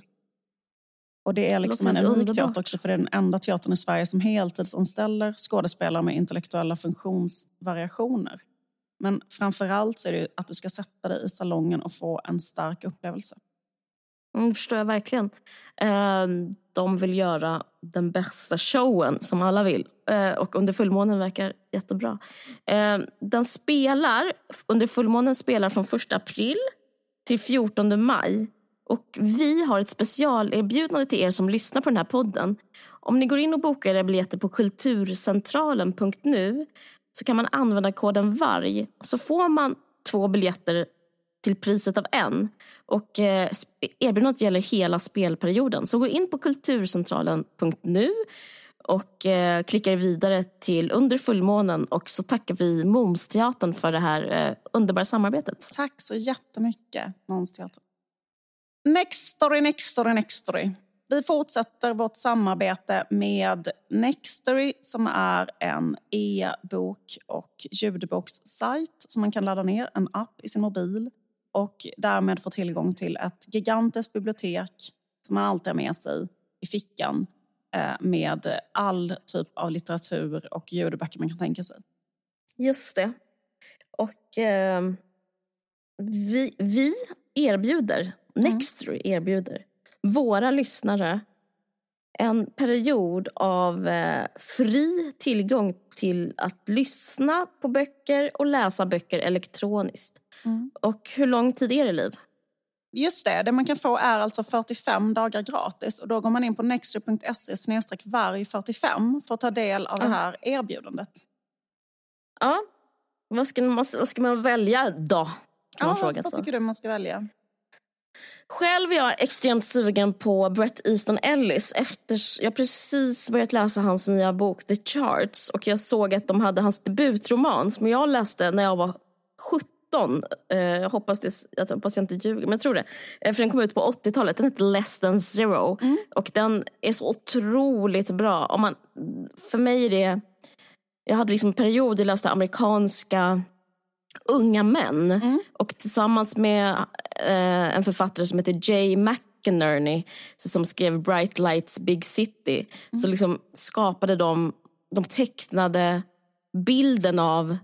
Och det är liksom en unik teater också för det är den enda teatern i Sverige som heltidsanställer skådespelare med intellektuella funktionsvariationer. Men framförallt så är det att du ska sätta dig i salongen och få en stark upplevelse.
Mm, förstår jag verkligen. De vill göra den bästa showen som alla vill. Och Under fullmånen verkar jättebra. Den spelar, Under fullmånen spelar från första april till fjortonde maj. Och vi har ett specialerbjudande till er som lyssnar på den här podden. Om ni går in och bokar era biljetter på kulturcentralen punkt nu så kan man använda koden VARG. Så får man två biljetter till priset av en. Och eh, erbjudandet gäller hela spelperioden. Så gå in på kulturcentralen punkt nu och eh, klickar vidare till Under fullmånen. Och så tackar vi Momsteatern för det här eh, underbara samarbetet.
Tack så jättemycket, Momsteatern. Next story, next story, next story. Vi fortsätter vårt samarbete med Nextory som är en e-bok och ljudbokssajt som man kan ladda ner en app i sin mobil och därmed få tillgång till ett gigantiskt bibliotek som man alltid har med sig i fickan med all typ av litteratur och ljudböcker man kan tänka sig.
Just det. Och eh, vi, vi erbjuder, Nextory erbjuder våra lyssnare en period av eh, fri tillgång till att lyssna på böcker och läsa böcker elektroniskt. Mm. Och hur lång tid är det, Liv?
Just det, det man kan få är alltså fyrtiofem dagar gratis. Och då går man in på nextory punkt se snedstreck varg fyrtiofem för att ta del av mm. det här erbjudandet.
Ja, vad ska man, vad ska man välja då? Kan
ja,
man fråga
vad
så.
tycker du man ska välja?
Själv är jag extremt sugen på Bret Easton Ellis efter jag precis börjat läsa hans nya bok The Charts, och jag såg att de hade hans debutroman som jag läste när jag var sjutton. Eh, jag hoppas det, jag hoppas jag inte ljuger, men jag tror det. Eh, för den kom ut på åttiotalet. Den heter Less Than Zero. Mm. Och den är så otroligt bra. Om man, för mig är det... Jag hade liksom en period där jag läste amerikanska unga män. Mm. Och tillsammans med eh, en författare som heter Jay McInerney, som skrev Bright Lights Big City. Mm. Så liksom skapade de, de tecknade bilden av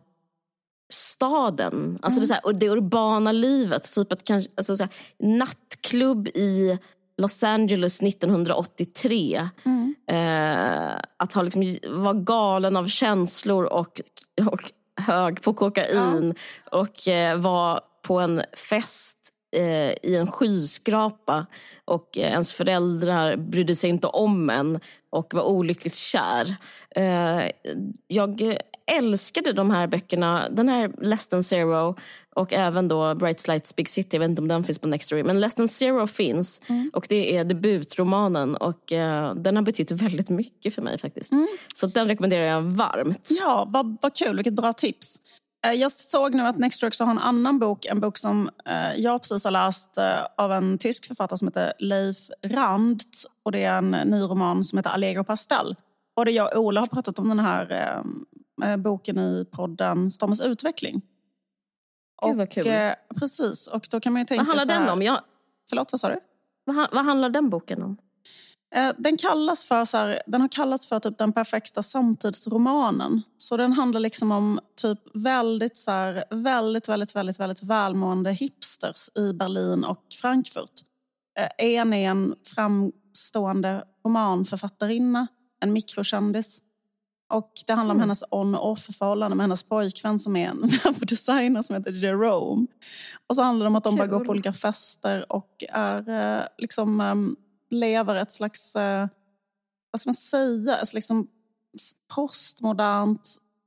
staden. Alltså mm. det, så här, och det urbana livet. Typ att kanske, alltså så här, nattklubb i Los Angeles nittonhundraåttiotre. Mm. Eh, att ha liksom, vara galen av känslor och, och hög på kokain. Ja. Och eh, vara på en fest eh, i en skyskrapa. Och eh, ens föräldrar brydde sig inte om en. Och var olyckligt kär. Eh, jag älskade de här böckerna. Den här Less Than Zero och även då Bright Lights Big City. Jag vet inte om den finns på Nextory. Men Less Than Zero finns. Mm. Och det är debutromanen. Och uh, den har betytt väldigt mycket för mig faktiskt. Mm. Så den rekommenderar jag varmt.
Ja, vad, vad kul. Vilket bra tips. Uh, jag såg nu att Nextory också har en annan bok. En bok som uh, jag precis har läst uh, av en tysk författare som heter Leif Randt. Och det är en ny roman som heter Allegro Pastel. Och det jag och Ola har pratat om den här uh, boken i podden Stormens utveckling.
Gud, vad kul.
Eh, precis, och då kan man ju tänka.
Vad handlar
så här,
den om? Jag...
Förlåt, vad sa du?
Vad, vad handlar den boken om?
Eh, den kallas för så här, den har kallats för typ den perfekta samtidsromanen. Så den handlar liksom om typ väldigt så här, väldigt väldigt väldigt väldigt välmående hipsters i Berlin och Frankfurt. Eh, en är en framstående romanförfattarinna, en mikrokändis. Och det handlar om mm. hennes on-off-förhållande med hennes pojkvän som är en webbdesigner som heter Jerome. Och så handlar det om att de bara går på olika fester och är liksom um, lever ett slags, uh, vad ska man säga, ett liksom postmodernt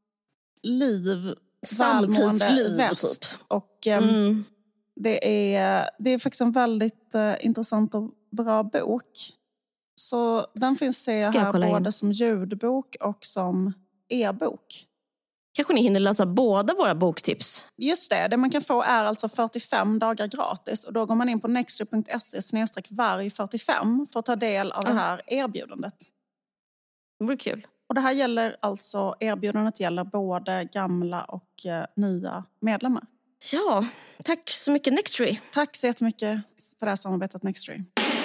liv.
Samtidsliv
väst. Typ. Och um, mm. det, är, det är faktiskt en väldigt uh, intressant och bra bok. Så den finns ser jag här både in. som ljudbok och som e-bok.
Kanske ni hinner läsa båda våra boktips.
Just det, det man kan få är alltså fyrtiofem dagar gratis. Och då går man in på nextory punkt se snedstreck varg fyrtiofem för att ta del av mm. det här erbjudandet.
Det blir kul.
Och det här gäller alltså, erbjudandet gäller både gamla och eh, nya medlemmar.
Ja, tack så mycket Nextory.
Tack så jättemycket för det här samarbetet Nextory.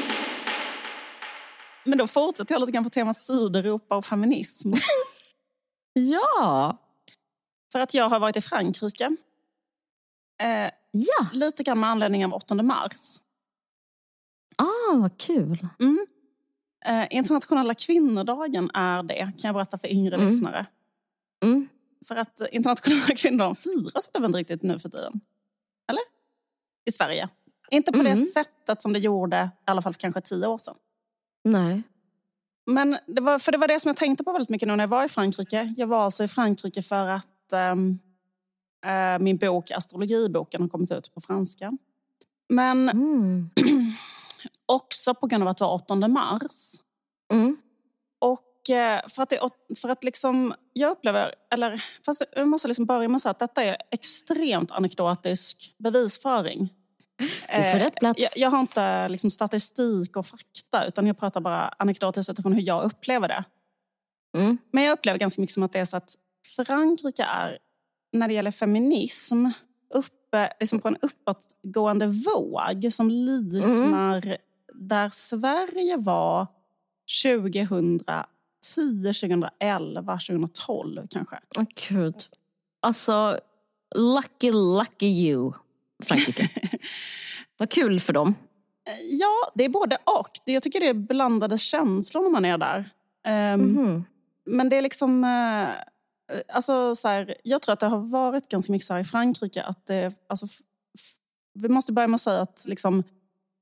Men då fortsätter jag lite grann på temat Sydeuropa och feminism.
Ja!
För att jag har varit i Frankrike. Eh,
ja!
Lite grann med anledning av åttonde mars.
Ah, vad kul.
Mm. Eh, internationella kvinnodagen är det, kan jag berätta för yngre mm. lyssnare.
Mm.
För att internationella kvinnodagen firas det väl inte riktigt nu för tiden. Eller? I Sverige. Inte på mm. det sättet som det gjorde, i alla fall för kanske tio år sedan.
Nej.
Men det var, för det var det som jag tänkte på väldigt mycket nu när jag var i Frankrike. Jag var alltså i Frankrike för att um, uh, min bok, astrologiboken, har kommit ut på franska. Men mm. också på grund av att det var åttonde mars.
Mm.
Och uh, för att, det, för att liksom, jag upplever, eller fast jag måste liksom börja med att säga att detta är extremt anekdotisk bevisföring.
Du får rätt plats.
Jag, jag har inte liksom statistik och fakta, utan jag pratar bara anekdotiskt utifrån hur jag upplever det.
Mm.
Men jag upplever ganska mycket som att det är så att Frankrike är, när det gäller feminism, uppe, liksom på en uppåtgående våg som liknar mm. där Sverige var tjugohundratio, tjugoelva, tjugotolv kanske.
Åh gud. Alltså, lucky, lucky you. Frankrike. Vad kul för dem.
Ja, det är både och. Jag tycker det är blandade känslor när man är där. Um, mm-hmm. Men det är liksom... Uh, alltså så här, jag tror att det har varit ganska mycket så här i Frankrike att det... Alltså, f- f- vi måste börja med att säga att liksom,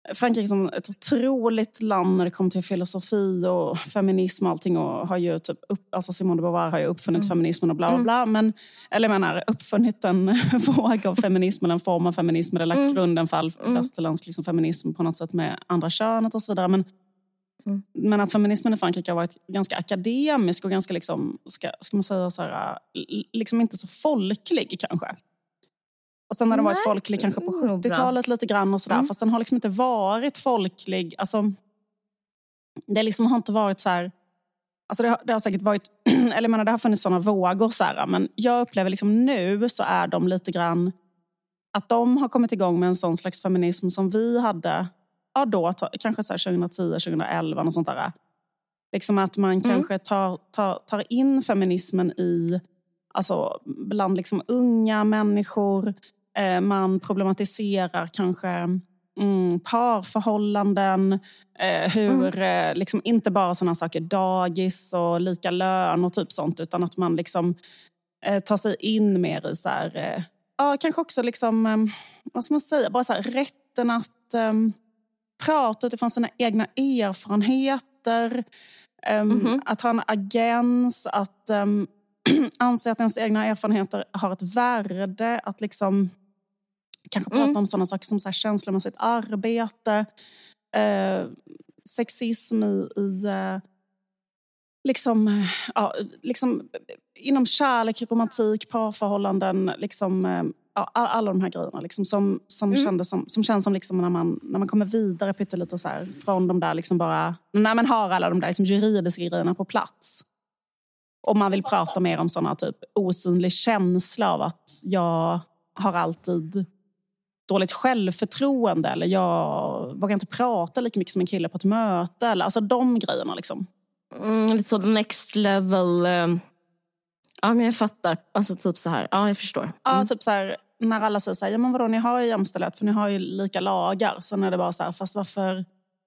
Frankrike som ett otroligt land när det kommer till filosofi och feminism och allting, och har ju typ upp, alltså Simone de Beauvoir har ju uppfunnit mm. feminismen och bla bla bla, men, eller jag menar uppfunnit en våg av feminism eller en form av feminism, eller lagt mm. grunden för all mm. västerländsk liksom, feminism på något sätt med andra könet och så vidare, men Mm. men att feminismen i Frankrike har varit ganska akademisk och ganska liksom, ska, ska man säga så här, liksom inte så folklig kanske. Och sen har den varit folklig kanske på sjuttiotalet lite grann och sådär, mm. fast den har liksom inte varit folklig, alltså det liksom har inte varit så här, alltså det har, det har säkert varit, eller jag menar det har funnits sådana vågor så här, men jag upplever liksom nu så är de lite grann att de har kommit igång med en sån slags feminism som vi hade ja då, kanske så här tjugohundratio tjugohundraelva och sånt där. Liksom att man mm. kanske tar, tar, tar in feminismen i, alltså bland liksom unga människor. Eh, man problematiserar kanske mm, parförhållanden. Eh, hur, mm. eh, liksom inte bara sådana saker, dagis och lika lön och typ sånt. Utan att man liksom eh, tar sig in mer i så här, eh, ja kanske också liksom, eh, vad ska man säga, bara så här rätten att eh, prata utifrån sina egna erfarenheter, um, mm-hmm. att ha en agens, att um, anse att ens egna erfarenheter har ett värde, att liksom kanske prata mm. om sådana saker som så här, känslomässigt arbete, uh, sexism i, i uh, liksom, ja, liksom inom kärlek, romantik, parförhållanden, liksom uh, ja, alla de här grejerna liksom, som, som, mm. kändes som, som känns som liksom när, man, när man kommer vidare pyttelite så här, från de där liksom bara, när man har alla de där liksom juridiska grejerna på plats. Och man vill prata mer om sådana typ osynlig känsla av att jag har alltid dåligt självförtroende, eller jag vågar inte prata lika mycket som en kille på ett möte, eller alltså de grejerna liksom.
Mm, lite så the next level. Um... Ja, men jag fattar. Alltså typ så här. Ja, jag förstår. Mm.
Ja, typ så här, när alla säger så här, ja men vadå, ni har ju jämställdhet för ni har ju lika lagar. Så är det bara så här, fast varför...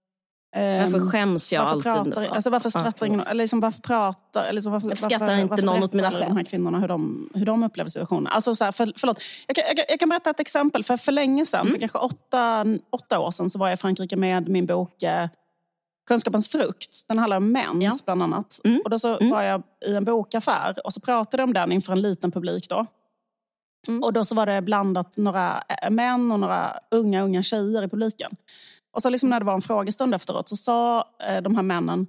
Eh, varför skäms jag
varför
alltid?
Pratar, alltså varför skrattar ingen, eller liksom varför pratar... Eller liksom varför,
jag skrattar
varför,
inte
varför
någon åt mina skämt.
De här kvinnorna, hur de, hur de upplever situationen. Alltså så här, för, förlåt. Jag kan, jag, jag kan berätta ett exempel. För, för länge sedan, mm. för kanske åtta, åtta år sedan, så var jag i Frankrike med min bok... Eh, Kunskapens frukt, den handlar om mens ja. bland annat. Mm. Och då så mm. var jag i en bokaffär och så pratade jag om den inför en liten publik då. Mm. Och då så var det blandat några män och några unga, unga tjejer i publiken. Och så liksom när det var en frågestund efteråt så sa eh, de här männen,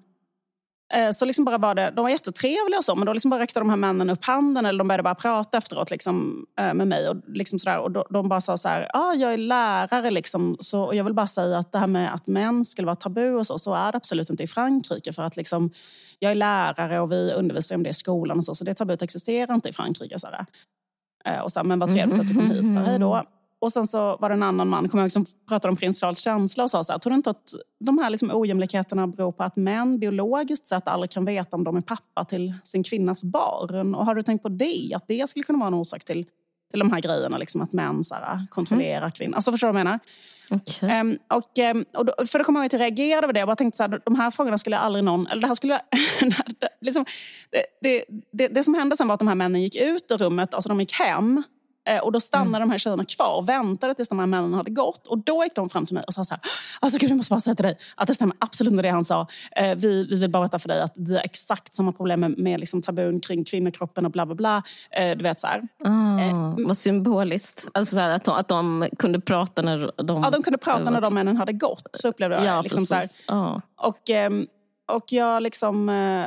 eh, så liksom bara var det, de var jättetrevliga och så, men då liksom bara räckte de här männen upp handen eller de började bara prata efteråt liksom, eh, med mig och liksom sådär. Och då, de bara sa så här, ja ah, jag är lärare liksom, så, och jag vill bara säga att det här med att män skulle vara tabu och så, så är det absolut inte i Frankrike, för att liksom, jag är lärare och vi undervisar om det i skolan och så, så det tabut existerar inte i Frankrike. Så här. Eh, och så här, men vad trevligt att du kom hit, så här, hej då. Och sen så var det en annan man, kommer jag ihåg, som pratade om prins Charles känsla och sa så här, tror du inte att de här liksom ojämlikheterna beror på att män biologiskt sett aldrig kan veta om de är pappa till sin kvinnas barn? Och har du tänkt på det? Att det skulle kunna vara en orsak till, till de här grejerna, liksom att män så här, kontrollerar mm. kvinnor. Alltså förstår du vad jag menar?
Okay.
Um, och, um, och då, för då kommer jag att reagera över det. Jag bara tänkte så här, de här frågorna skulle aldrig någon... Eller det här skulle... liksom, det, det, det, det som hände sen var att de här männen gick ut ur rummet, alltså de gick hem. Och då stannade mm. de här tjejerna kvar och väntade tills de här männen hade gått. Och då gick de fram till mig och sa så här, alltså gud, jag måste bara säga till dig att det stämmer absolut inte det han sa. Eh, vi, vi vill bara berätta för dig att det är exakt samma problem med, med liksom tabun kring kvinnokroppen och bla bla bla. Eh, du vet så här.
Oh, eh, vad symboliskt. Alltså så här, att, de, att de kunde prata när de...
Ja, de kunde prata när de männen hade gått. Så upplevde jag
ja,
liksom så här.
Oh.
Och, eh, och jag liksom... Eh,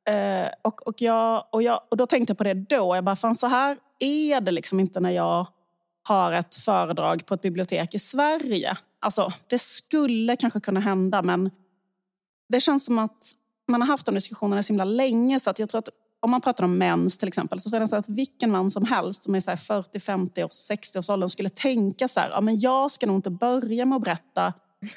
och, och, jag, och, jag, och då tänkte jag på det då. Jag bara, fan så här är det liksom inte när jag har ett föredrag på ett bibliotek i Sverige. Alltså, det skulle kanske kunna hända, men det känns som att man har haft de diskussionerna så himla länge, så att jag tror att om man pratar om mens till exempel, så är det så att vilken man som helst som är så här fyrtio, femtio och sextio års åldern skulle tänka så här, ja men jag ska nog inte börja med att berätta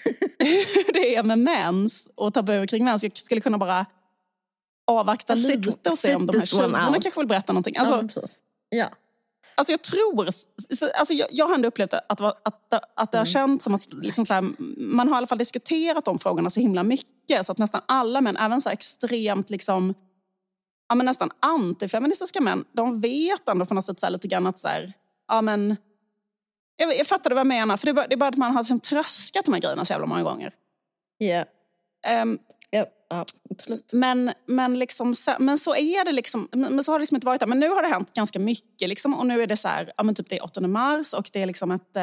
hur det är med mens och tabu kring mens. Jag skulle kunna bara avvakta
sit,
lite och se om de här tjejerna kanske vill berätta någonting. Alltså,
ja, ja.
Alltså jag tror, alltså jag, jag har ändå upplevt att, att, att, att det har känts som att liksom så här, man har i alla fall diskuterat de frågorna så himla mycket, så att nästan alla män, även så här extremt liksom, ja men nästan antifeministiska män, de vet ändå på något sätt så här lite grann att så här, ja men Jag, jag fattar vad jag menar. För det är, bara, det är bara att man har liksom tröskat de här grejerna så jävla många gånger.
Ja. Yeah.
Um,
ja, ja, absolut.
Men, men, liksom, men så är det liksom. Men så har det liksom inte varit där. Men nu har det hänt ganska mycket. Liksom, och nu är det så här, ja men typ det är åttonde mars. Och det är liksom ett...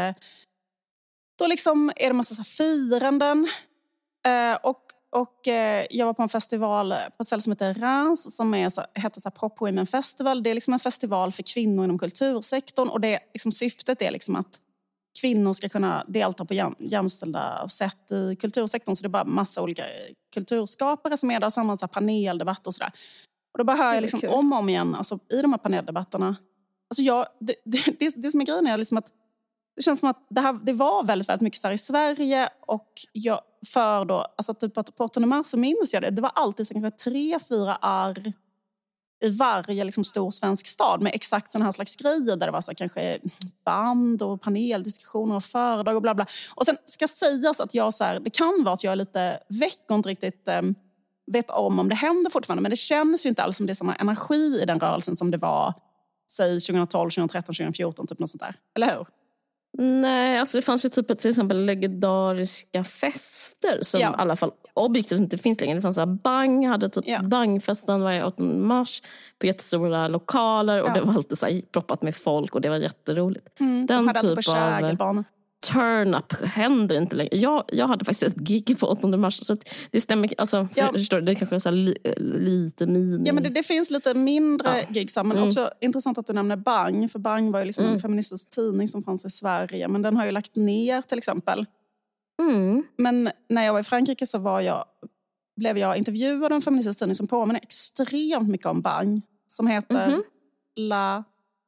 Då liksom är det massa så här firanden. Uh, och Och uh, jag var på en festival på ett ställe som heter Rans. Som är så, heter så här Pop Women Festival. Det är liksom en festival för kvinnor inom kultursektorn. Och det, liksom, syftet är liksom att kvinnor ska kunna delta på jäm, jämställda sätt i kultursektorn. Så det är bara massa olika kulturskapare som är där. Så har man så här paneldebatt och sådär. Och då bara hör jag liksom om och om igen. Alltså, i de här paneldebatterna. Alltså jag, det, det, det, det som är grejen är liksom att det känns som att det, här, det var väldigt, väldigt mycket så här i Sverige. Och jag för då, alltså typ på åttonde mars så minns jag det. Det var alltid så kanske tre, fyra arr i varje liksom stor svensk stad med exakt sådana här slags grejer där det var så här, kanske band och paneldiskussioner och föredrag och bla bla. Och sen ska sägas att jag så här, det kan vara att jag är lite väck och inte riktigt um, vet om om det händer fortfarande. Men det känns ju inte alls som det är samma energi i den rörelsen som det var, säg tjugohundratolv, tjugohundratretton, tjugohundrafjorton, typ något sånt där. Eller hur?
Nej, alltså det fanns ju typ till exempel legendariska fester som ja. i alla fall objektivt inte finns längre. Det fanns så här Bang, hade typ ja. Bangfesten varje åttonde mars på jättestora lokaler och ja. det var alltid så här proppat med folk och det var jätteroligt.
Mm,
den
de
typ av turn-up händer inte längre. Jag, jag hade faktiskt ett gig på åttonde mars så att det stämmer, alltså ja. förstår, det kanske är så här li, lite mini.
Ja men det, det finns lite mindre ja. gigs men mm. också intressant att du nämner Bang, för Bang var ju liksom mm. en feministisk tidning som fanns i Sverige, men den har ju lagt ner till exempel.
Mm.
Men när jag var i Frankrike så var jag blev jag intervjuad av en feministisk tidning som påminner extremt mycket om Bang, som heter mm-hmm. La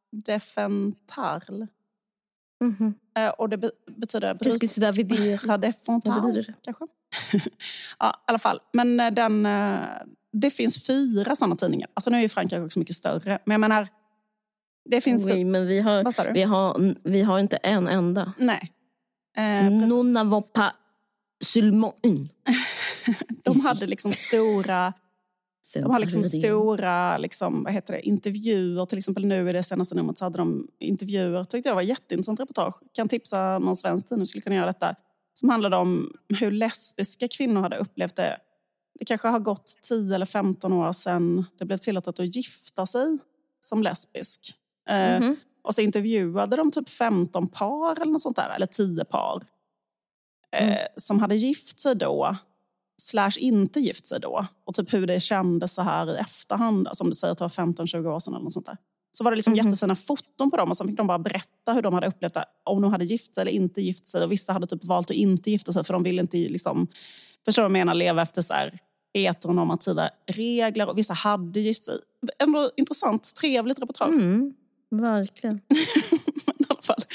Défentarle.
Mm-hmm.
Uh, och det be- betyder
precis La Défentarle
kanske. Ja, i alla fall. Men den uh, det finns fyra sådana tidningar. Alltså nu är ju Frankrike också mycket större, men jag menar det finns
oui, men vi har vi har vi har inte en enda.
Nej.
Uh, Nous n'avons pas seulement une.
De hade liksom stora De har liksom stora liksom, vad heter det, intervjuer. Till exempel nu i det senaste numret så hade de intervjuer. Tyckte jag var jätteintressant reportage. Kan tipsa någon svensk tidning skulle kunna göra detta. Som handlade om hur lesbiska kvinnor hade upplevt det. Det kanske har gått tio eller femton år sedan det blev tillåtet att gifta sig som lesbisk. Mm-hmm. Eh, och så intervjuade de typ femton par eller något sånt där. Eller tio par. Eh, mm. Som hade gift sig då. Slash inte gift sig då. Och typ hur det kändes så här i efterhand. Som du säger att det var femton tjugo år sedan eller något sånt där. Så var det liksom mm-hmm. jättefina foton på dem. Och så fick de bara berätta hur de hade upplevt det. Om de hade gift sig eller inte gift sig. Och vissa hade typ valt att inte gifta sig. För de ville inte liksom, förstår du vad jag menar, leva efter så här heteronormativa regler. Och vissa hade gift sig. Ändå intressant, trevligt reportage.
Mm, verkligen.
Men i alla fall.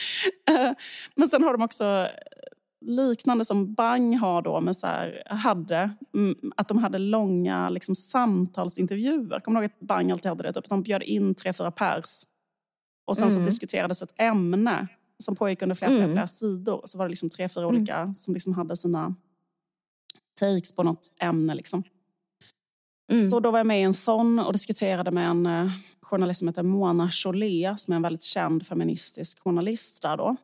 Men sen har de också liknande som Bang har då, men så här, hade att de hade långa liksom, samtalsintervjuer. Kommer du ihåg att Bang alltid hade det? Typ, de bjöd in tre, fyra pers. Och sen mm. så diskuterades ett ämne som pågick under flera, flera, flera mm. sidor. Så var det liksom tre, fyra mm. olika som liksom hade sina takes på något ämne. Liksom. Mm. Så då var jag med i en sån och diskuterade med en uh, journalist som heter Mona Chollet, som är en väldigt känd feministisk journalist där då.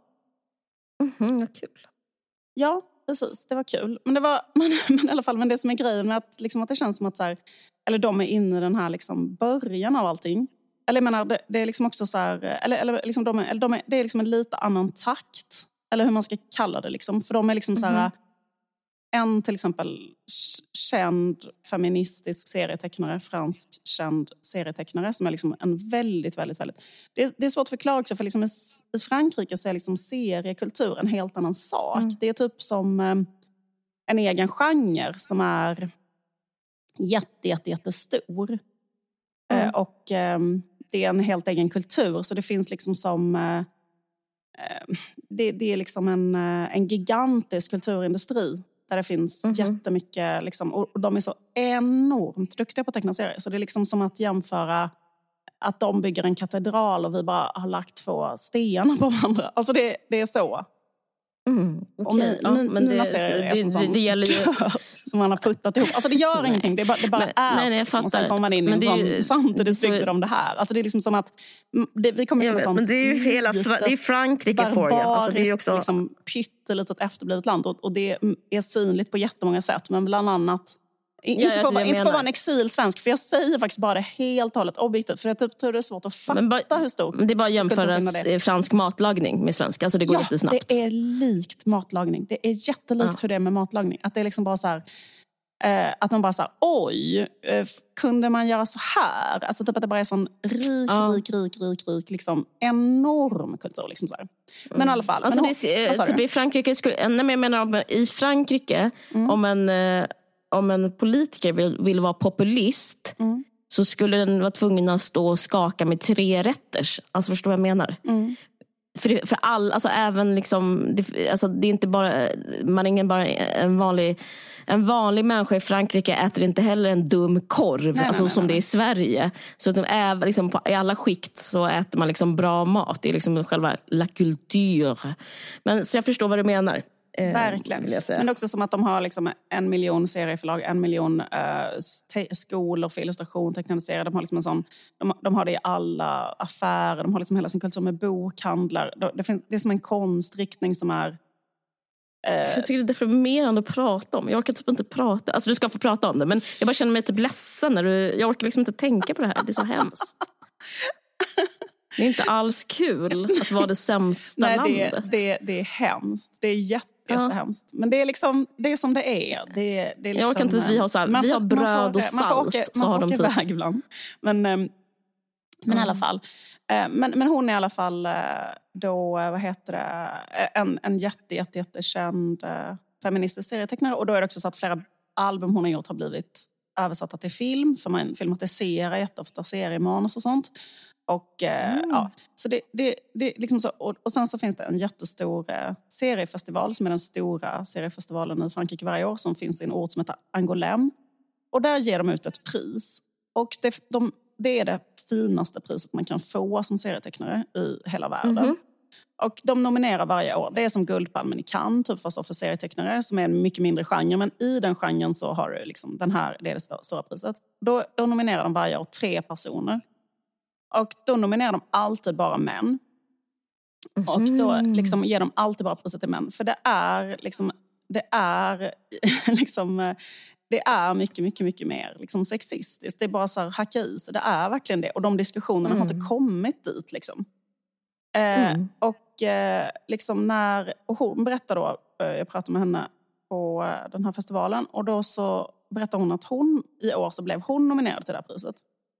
Mhm, vad kul.
Ja, precis. Det var kul. Men det var, men, men i alla fall, men det som är grejen med att, liksom, att det känns som att så här, eller de är inne i den här liksom, början av allting. Eller jag menar, det, det är liksom också så här, eller, eller, liksom, de är, eller de är, det är liksom en lite annan takt. Eller hur man ska kalla det liksom. För de är liksom mm-hmm. så här, en till exempel känd feministisk serietecknare, fransk känd serietecknare som är liksom en väldigt, väldigt, väldigt... Det är, det är svårt att förklara också, för liksom i, i Frankrike så är liksom seriekultur en helt annan sak. Mm. Det är typ som eh, en egen genre som är jätte, jätte, jättestor. Mm. Eh, och eh, det är en helt egen kultur, så det finns liksom som... Eh, det, det är liksom en, en gigantisk kulturindustri. Där det finns mm-hmm. jättemycket, liksom, och de är så enormt duktiga på att teckna serier. Så det är liksom som att jämföra att de bygger en katedral och vi bara har lagt två stenar på varandra. Alltså det, det är så.
Mm, okay.
Och min,
ja,
min,
men
mina
det,
serier är
det,
som
det,
sån
det gäller ju...
tös som man har puttat ihop. Alltså det gör ingenting, det bara, det bara
men,
är
nej, nej, jag
så. Och sen kommer man in i
men
en
det är ju,
sån, samtidigt
så,
byggde de det här. Alltså det är liksom som att det, vi kommer från ett sånt
men det är ju hela, det är Frankrike för ju. Alltså det är ju också
liksom pyttelitet efterblivet land och, och det är synligt på jättemånga sätt, men bland annat inte, ja, för, inte för att vara en exilsvensk, för jag säger faktiskt bara det helt och hållet objektivt, för jag typ, tror det är svårt att fatta bara, hur stor.
Men det är bara att jämföra fransk matlagning med svenska, alltså det går
ja,
lite snabbt.
Det är likt matlagning. Det är jättelikt ja. hur det är med matlagning. Att det är liksom bara så här, eh, att man bara så här, oj, eh, kunde man göra så här? Alltså typ att det bara är sån rik, ja. rik, rik, rik, rik, liksom enorm kultur. Liksom så här. Men i alla fall.
Alltså
men,
det är, typ i Frankrike, skulle, nej, men jag menar om, i Frankrike, mm. om en... Eh, om en politiker vill, vill vara populist mm. så skulle den vara tvungen att stå och skaka med tre rätters. Alltså förstår vad jag menar? Mm. För, för all, alltså även liksom, det, alltså det är inte bara, man är ingen bara en vanlig, en vanlig människa i Frankrike äter inte heller en dum korv, nej, alltså nej, som nej, det är i Sverige. Så att även, liksom, på, i alla skikt så äter man liksom bra mat. Det är liksom själva la culture. Men så jag förstår vad du menar.
Verkligen. Men också som att de har liksom en miljon serieförlag, en miljon uh, te- skolor för illustration, tecknade serier. De har liksom en sån, de, de har det i alla affärer, de har liksom hela sin kultur med bokhandlar. Det, finns, det är som en konstriktning som är... Uh...
Jag tycker det är deprimerande att prata om. Jag orkar typ inte prata. Alltså du ska få prata om det, men jag bara känner mig typ ledsen när du... Jag orkar liksom inte tänka på det här. Det är så hemskt. Det är inte alls kul att vara det sämsta
Nej,
landet.
Det, det, det är hemskt. Det är jätte, ja. jättehemskt. Men det är liksom det är som det är. Det, det är liksom,
jag orkar inte att vi har så här, vi får, har bröd får, och salt.
Man får åka,
så
man
har
får
de
åka iväg ibland. Men, men mm. i alla fall. Men, men hon är i alla fall då, vad heter det, en, en jätte, jätte, jättekänd feministisk serietecknare. Och då är det också så att flera album hon har gjort har blivit översatta till film. För man filmatiserar jätteofta seriemanus och sånt. Och, mm. ja, så det, det, det liksom så, och, och sen så finns det en jättestor eh, seriefestival som är den stora seriefestivalen i Frankrike varje år, som finns i en ort som heter Angoulême. Och där ger de ut ett pris. Och det, de, det är det finaste priset man kan få som serietecknare i hela världen. Mm. Och de nominerar varje år. Det är som Guldpalmen i Cannes, typ fast för serietecknare, som är en mycket mindre genre. Men i den genren så har du liksom den här, det är det stora, stora priset. Då, då nominerar de varje år tre personer. Och då nominerar de alltid bara män. Mm. Och då liksom ger de alltid bara priset till män. För det är liksom, det är liksom, det är mycket, mycket, mycket mer liksom sexistiskt. Det är bara så här hacka i sig. Det är verkligen det. Och de diskussionerna mm. har inte kommit dit liksom. Eh, mm. Och eh, liksom när, och hon berättar då, eh, jag pratade med henne på eh, den här festivalen. Och då så berättar hon att hon, i år så blev hon nominerad till det här priset.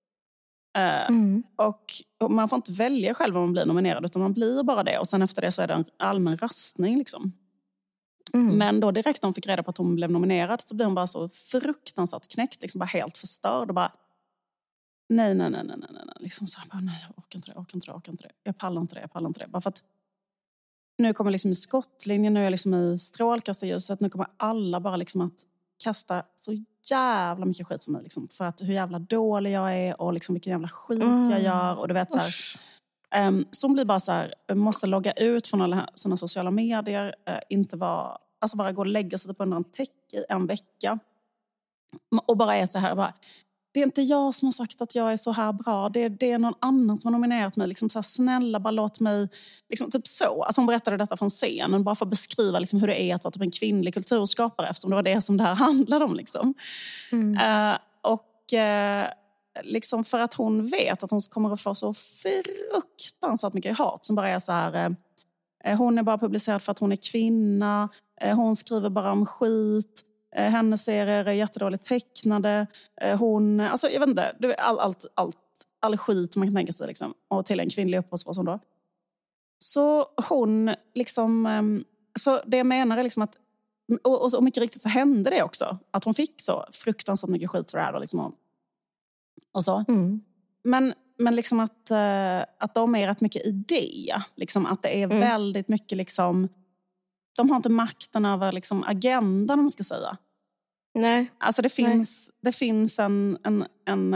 Mm. Och, och man får inte välja själv om man blir nominerad, utan man blir bara det. Och sen efter det så är det en allmän röstning liksom. Mm. Men då direkt när hon fick reda på att hon blev nominerad så blev hon bara så fruktansvärt knäckt, liksom bara helt förstörd och bara nej, nej, nej, nej, nej, nej. Liksom så bara, nej, jag orkar inte det, jag orkar inte det, jag orkar inte det. Jag pallar inte det, jag pallar inte det. Bara för att nu kommer liksom i skottlinjen, nu är jag liksom i strålkastarljuset, nu kommer alla bara liksom att kasta så jävla mycket skit på mig liksom, för att hur jävla dålig jag är och liksom vilken jävla skit mm. jag gör och du vet så här, um, så hon blir bara så här, måste logga ut från alla sina sociala medier, uh, inte vara, alltså bara gå och lägga sig på en täck i en vecka och bara är så här bara, det är inte jag som har sagt att jag är så här bra. Det är, det är någon annan som har nominerat mig. Liksom så här, snälla, bara låt mig... Liksom, typ så. Alltså hon berättade detta från scenen. Bara för att beskriva liksom, hur det är att vara typ en kvinnlig kulturskapare. Eftersom det var det som det här handlade om. Liksom. Mm. Uh, och uh, liksom för att hon vet att hon kommer att få så fruktansvärt mycket hat. Som bara är så här... Uh, hon är bara publicerad för att hon är kvinna. Uh, hon skriver bara om skit. Hennes serier är jättedåligt tecknade. Hon, alltså jag vet inte, det är all, allt, allt, all skit man kan tänka sig liksom. Och till en kvinnlig upphovsperson då. Så hon liksom, så det jag menar är liksom att, och, och, och mycket riktigt så hände det också. Att hon fick så fruktansvärt mycket skit för det här. Och, liksom, och, och så. Mm. Men, men liksom att, att de är rätt mycket idé. Liksom att det är mm. väldigt mycket liksom... De har inte makten över liksom agendan, om man ska säga.
Nej.
Alltså det finns, Nej. det finns en, en, en,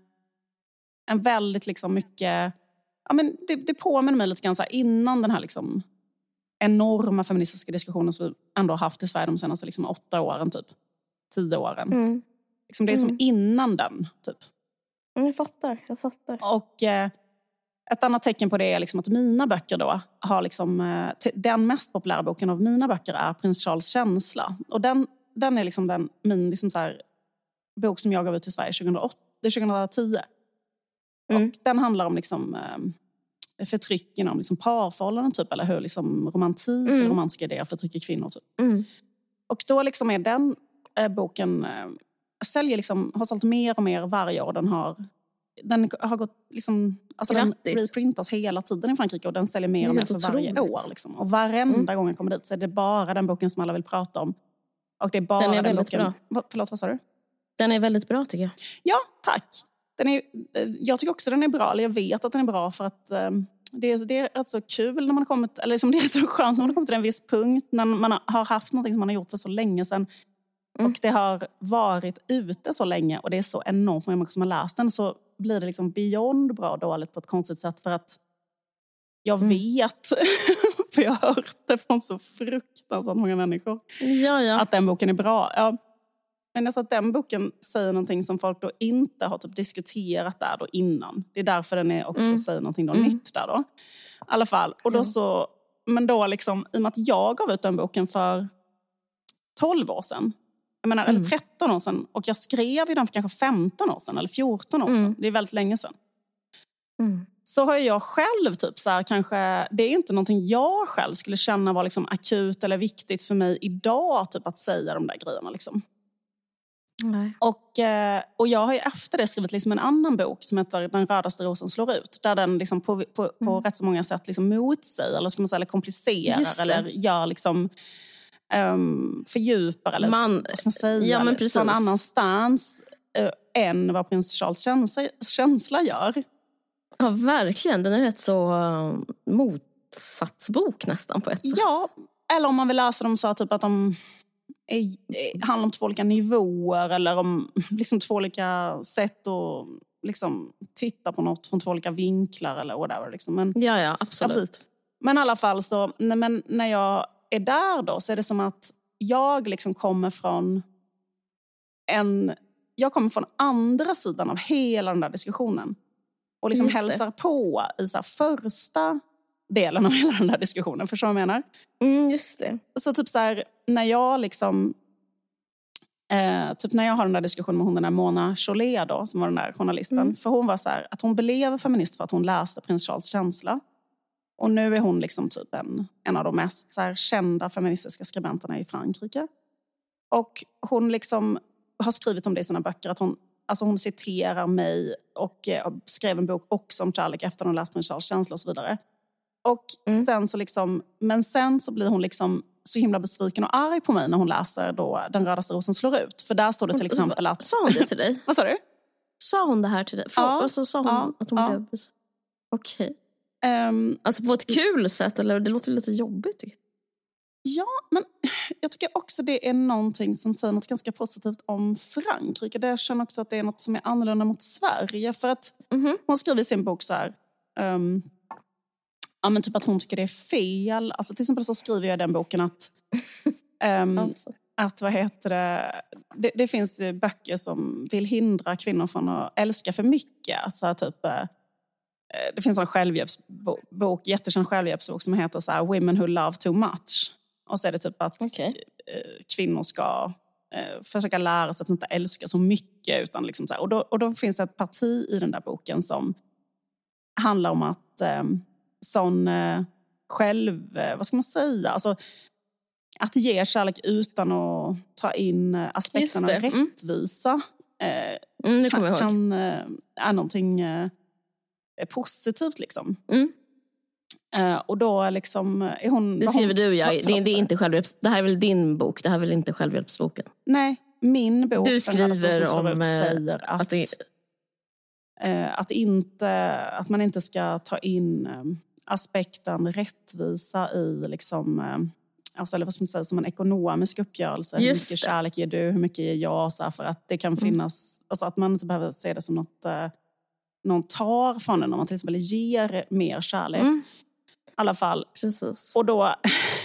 en väldigt liksom mycket... Ja men det, det påminner mig lite grann så här, innan den här liksom enorma feministiska diskussioner som vi ändå har haft i Sverige de senaste liksom, åtta åren, typ. Tio åren.
Mm.
Liksom det är
mm.
som innan den, typ.
Jag fattar, jag fattar.
Och eh, ett annat tecken på det är liksom att mina böcker då har liksom... Eh, t- den mest populära boken av mina böcker är Prins Charles känsla. Och den, den är liksom den, min liksom så här, bok som jag gav ut i Sverige tjugohundraåtta, tjugohundratio. Mm. Och den handlar om liksom... Eh, förtryck inom liksom parförhållanden typ, eller hur liksom romantik mm. eller romantiska idéer förtrycker kvinnor typ.
Mm.
Och då liksom är den eh, boken eh, säljer liksom, har sålt mer och mer varje år. Den har, den har gått liksom, alltså den reprintas hela tiden i Frankrike och den säljer mer och mer för varje otroligt. år liksom. Och varenda mm. gång jag kommer dit så är det bara den boken som alla vill prata om. Och det är bara
den är
den
väldigt
boken.
Bra.
Förlåt, vad sa du?
Den är väldigt bra tycker jag.
Ja, tack. Den är, jag tycker också den är bra, eller jag vet att den är bra för att um, det, är, det är rätt så kul när man har kommit, eller liksom det är så skönt när man har kommit till en viss punkt, när man har haft något som man har gjort för så länge sedan mm. och det har varit ute så länge och det är så enormt många som har läst den, så blir det liksom beyond bra och dåligt på ett konstigt sätt för att jag mm. vet, för jag har hört det från så fruktansvärt många människor,
ja, ja.
att den boken är bra. Ja. Men jag tror att den boken säger någonting som folk då inte har typ diskuterat där då innan. Det är därför den är också mm. säger någonting då mm. nytt där då. I alla fall. Och då ja. så, men då liksom, i och med att jag gav ut den boken för tolv år sedan. Jag menar, mm. eller tretton år sedan. Och jag skrev ju den för kanske femton år sedan. Eller fjorton år sedan. Mm. Det är väldigt länge sedan. Mm. Så har jag själv typ så här, kanske, det är inte någonting jag själv skulle känna var liksom akut eller viktigt för mig idag typ att säga de där grejerna liksom.
Nej.
Och, och jag har ju efter det skrivit liksom en annan bok som heter Den rödaste rosen slår ut. Där den liksom på, på, på mm. rätt så många sätt liksom motsäger eller, ska man säga, eller komplicerar eller gör liksom, um, fördjupar eller
man,
vad ska man säga,
ja, men precis.
någon annanstans uh, än vad Prins Charles känsla, känsla gör.
Ja, verkligen. Den är rätt så uh, motsatsbok nästan på ett sätt.
Ja, eller om man vill läsa dem så typ att de... Är, är, handlar om två olika nivåer eller om liksom två olika sätt att liksom titta på något från två olika vinklar eller whatever. Liksom. Men,
ja, ja, absolut.
absolut. Men i alla fall så, nej, men när jag är där då så är det som att jag liksom kommer från en, jag kommer från andra sidan av hela den där diskussionen. Och liksom hälsar på i så här första delen av hela den där diskussionen. Förstår du vad jag menar?
Mm, just det.
Så typ så här, när jag liksom... Eh, typ när jag har den där diskussionen med hon, den där Mona Chollet då, som var den där journalisten. Mm. För hon var så här, att hon blev feminist för att hon läste Prins Charles känsla. Och nu är hon liksom typ en, en av de mest så här, kända feministiska skribenterna i Frankrike. Och hon liksom har skrivit om det i sina böcker. Att hon, alltså hon citerar mig och eh, skrev en bok också om kärlek efter att hon läst Prins Charles känsla och så vidare. Och mm. sen så liksom, men sen så blir hon liksom så himla besviken och arg på mig när hon läser då Den rödaste rosen slår ut. För där står det till exempel att...
Sa hon det till dig?
Vad sa du?
Sa hon det här till dig? För,
ja.
Alltså, sa hon
ja.
att hon
ja.
blev... Okej. Okay. Um, alltså på ett kul sätt, eller det låter lite jobbigt.
Ja, men jag tycker också det är någonting som säger något ganska positivt om Frankrike. Där jag känner också att det är något som är annorlunda mot Sverige. För att mm-hmm. hon skriver i sin bok så här... Um, Ja, men typ att hon tycker det är fel. Alltså till exempel så skriver jag i den boken att um, att vad heter det, det det finns böcker som vill hindra kvinnor från att älska för mycket. Alltså typ uh, det finns en självhjälpsbok, jättekänd självhjälpsbok som heter så här Women Who Love Too Much. Och så är det typ att
okay.
uh, kvinnor ska uh, försöka lära sig att inte älska så mycket utan liksom så här. Och då och då finns det ett parti i den där boken som handlar om att um, sån eh, själv, eh, vad ska man säga, alltså att ge kärlek utan att ta in eh, aspekterna av rättvisa
mm. eh, mm,
kan, kan eh, är någonting eh, positivt liksom.
Mm.
Eh, och då liksom är hon...
Det skriver
hon,
du, ja. Det, det, är inte självhjälps, det här är väl din bok, det här är väl inte självhjälpsboken?
Nej, min bok.
Du skriver om
ut, säger att,
att, det...
eh, att, inte, att man inte ska ta in... Eh, aspekten rättvisa i liksom, alltså, eller vad ska man säga, som en ekonomisk uppgörelse. Just hur mycket det. Kärlek ger du, hur mycket ger jag, så här, för att det kan finnas, mm. alltså att man inte behöver se det som något eh, någon tar från en om man till exempel ger mer kärlek. Mm. I alla fall.
Precis.
Och då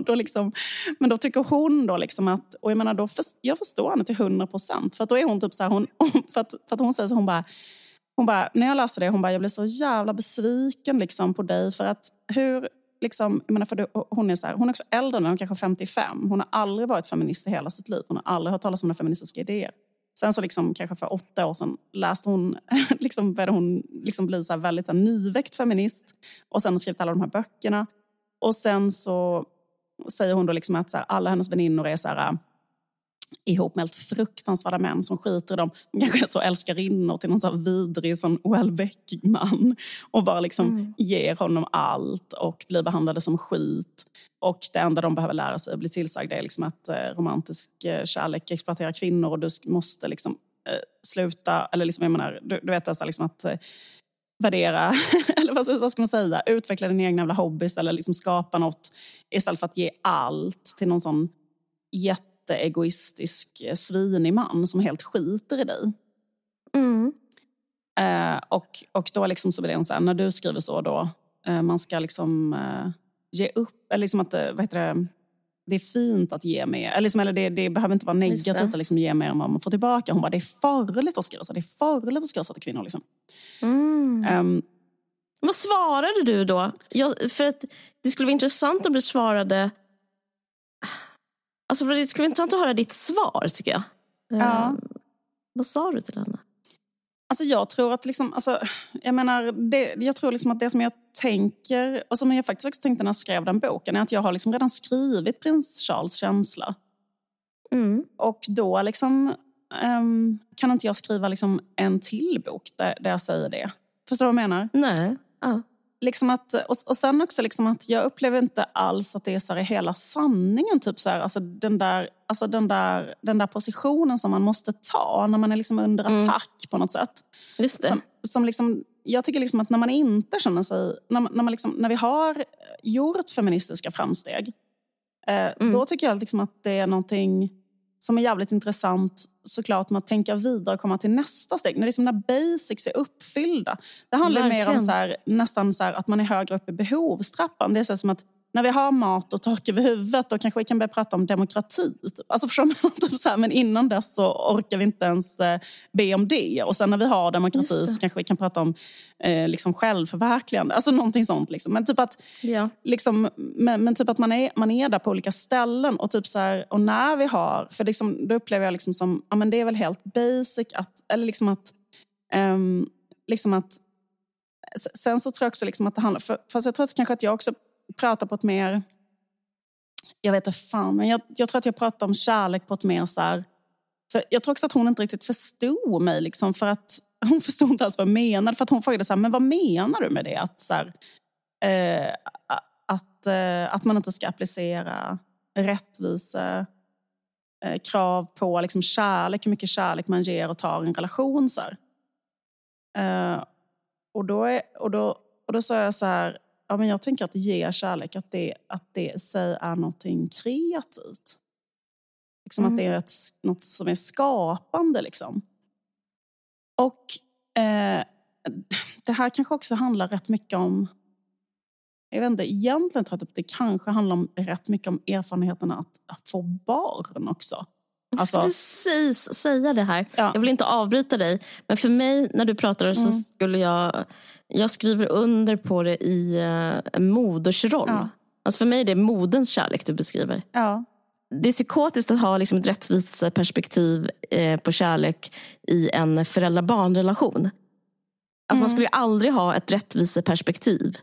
och då liksom, men då tycker hon då liksom att, och jag menar då, för, jag förstår henne till hundra procent. För att då är hon typ så här, hon, för, att, för att hon säger så, hon bara, hon bara, när jag läste det, hon bara, jag blev så jävla besviken liksom på dig. För att hur, liksom, jag menar för det, hon är så här, hon är också äldre nu, hon är kanske femtiofem. Hon har aldrig varit feminist i hela sitt liv. Hon har aldrig hört talas om några feministiska idéer. Sen så liksom, kanske för åtta år sedan läste hon, liksom började hon liksom bli så här väldigt så här, nyväckt feminist. Och sen skrivit alla de här böckerna. Och sen så säger hon då liksom att så här, alla hennes väninnor är så här, ihop med helt fruktansvärda män som skiter i dem. De kanske är så älskarinnor till någon så här vidrig sån Welbeck-man. Och bara liksom mm. ger honom allt och blir behandlade som skit. Och det enda de behöver lära sig att bli tillsagda är liksom att eh, romantisk eh, kärlek exploaterar kvinnor. Och du måste liksom eh, sluta, eller liksom jag menar, du, du vet alltså liksom att eh, värdera, eller vad, vad ska man säga, utveckla din egna jävla hobbys eller liksom skapa något istället för att ge allt till någon sån jätteegoistisk svinig man som helt skiter i dig.
Mm.
Eh, och, och då liksom så blir det så här, när du skriver så då, eh, man ska liksom eh, ge upp, eller liksom att, vad heter det, det är fint att ge mer, eller, liksom, eller det, det behöver inte vara negativt att liksom ge mer än vad man får tillbaka. Hon bara, det är farligt att skriva så, det är farligt att skriva så till kvinnor liksom.
Mm.
Um,
Vad svarade du då? Jag, för att det skulle vara intressant om du svarade, alltså det skulle vara intressant att höra ditt svar tycker jag.
Ja.
Um, vad sa du till henne?
Alltså jag tror att liksom, alltså, jag menar, det, jag tror liksom att det som jag tänker, och som jag faktiskt också tänkte när jag skrev den boken, är att jag har liksom redan skrivit prins Charles känsla.
Mm.
Och då liksom, um, kan inte jag skriva liksom en till bok där, där jag säger det. Förstår du vad jag menar?
Nej. Ja.
Liksom att, och, och sen också liksom att jag upplever inte alls att det är så här hela sanningen. Typ så här, alltså den, där, alltså den, där, den där positionen som man måste ta när man är liksom under attack mm. på något sätt.
Just det.
Som, som liksom, jag tycker liksom att när man inte känner sig, när, när, man liksom, när vi har gjort feministiska framsteg, eh, mm. då tycker jag liksom att det är någonting som är jävligt intressant såklart med att tänka vidare och komma till nästa steg. När det är som när basics är uppfyllda. Det handlar mer om så här, nästan så här, att man är högre upp i behovstrappan. Det är så som att när vi har mat och tak över huvudet då kanske vi kan börja prata om demokrati. Alltså förstår man typ så här, men innan dess så orkar vi inte ens eh, be om det. Och sen när vi har demokrati så kanske vi kan prata om eh, liksom självförverkligande. Alltså någonting sånt liksom. Men typ att,
ja.
liksom, men, men typ att man, är, man är där på olika ställen. Och typ så här, och när vi har, för liksom, då upplever jag liksom som, ja men det är väl helt basic att, eller liksom att, um, liksom att, sen så tror jag också liksom att det handlar, för, fast jag tror att kanske att jag också prata på ett mer, jag vet inte fan, men jag, jag tror att jag pratar om kärlek på ett mer så här, för jag tror också att hon inte riktigt förstod mig liksom, för att hon förstod inte alls vad jag menade, för att hon frågade så här, men vad menar du med det att så här, eh, att, eh, att man inte ska applicera rättvisa eh, krav på liksom kärlek, hur mycket kärlek man ger och tar i en relation så här. Eh, och då är, och då och då sa jag så här, ja, men jag tänker att ge kärlek, att det, att det i sig är någonting kreativt. Liksom mm. att det är ett, något som är skapande. Liksom. Och eh, det här kanske också handlar rätt mycket om, jag vet inte, egentligen tror jag att det kanske handlar om rätt mycket om erfarenheten att, att få barn också.
Alltså, jag ska precis säga det här.
Ja.
Jag vill inte avbryta dig. Men för mig, när du pratar mm. så skulle jag... Jag skriver under på det i uh, en modersroll. Ja. Alltså för mig är det modens kärlek du beskriver.
Ja.
Det är psykotiskt att ha liksom ett rättvist perspektiv eh, på kärlek i en föräldrar-barn-relation. Alltså mm. man skulle ju aldrig ha ett rättvist perspektiv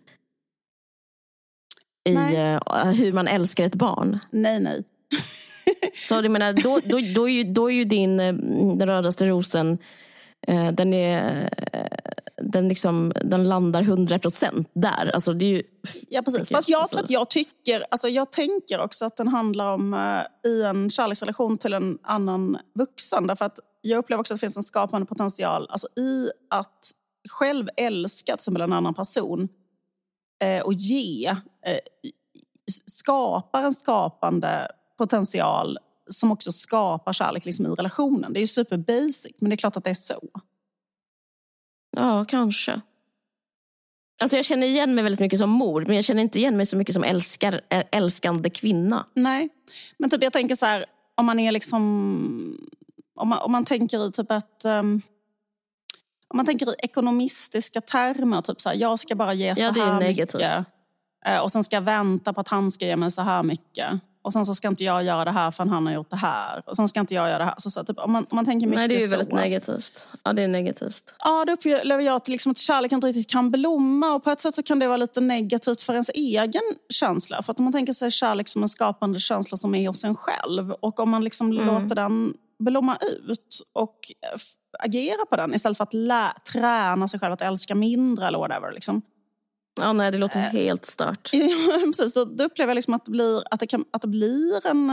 i uh, hur man älskar ett barn.
Nej, nej.
Så jag menar, då, då, då, är ju, då är ju din den rödaste rosen eh, den är den, liksom, den landar hundra procent där. Alltså, det är ju,
ja, precis. Fast jag tror att jag tycker, alltså jag tänker också att den handlar om uh, i en kärleksrelation till en annan vuxen. Därför att jag upplever också att det finns en skapande potential alltså i att själv älska till exempel en annan person uh, och ge uh, skapar en skapande potential som också skapar kärlek liksom i relationen. Det är ju super basic, men det är klart att det är så.
Ja, kanske. Alltså jag känner igen mig väldigt mycket som mor, men jag känner inte igen mig så mycket som älskar, älskande kvinna.
Nej, men typ jag tänker så här, om man är liksom, om man, om man tänker i typ att, um, om man tänker i ekonomistiska termer, typ så här, jag ska bara ge så
ja, det är
här
negativt.
mycket. Och sen ska jag vänta på att han ska ge mig så här mycket. Och sen så ska inte jag göra det här för han har gjort det här. Och sen ska inte jag göra det här. Så, så, typ, om, man, om man tänker mycket
Nej, det är ju
så,
väldigt negativt. Ja, det är negativt.
Ja, det upplever jag att, liksom, att kärlek inte riktigt kan blomma. Och på ett sätt så kan det vara lite negativt för ens egen känsla. För att om man tänker sig kärlek som en skapande känsla som är hos en själv. Och om man liksom mm. låter den blomma ut och f- agera på den istället för att lä- träna sig själv att älska mindre eller whatever liksom.
Ja, nej, det låter helt stört.
Ja, precis. Så då upplever jag liksom att det blir, att det kan, att det blir en...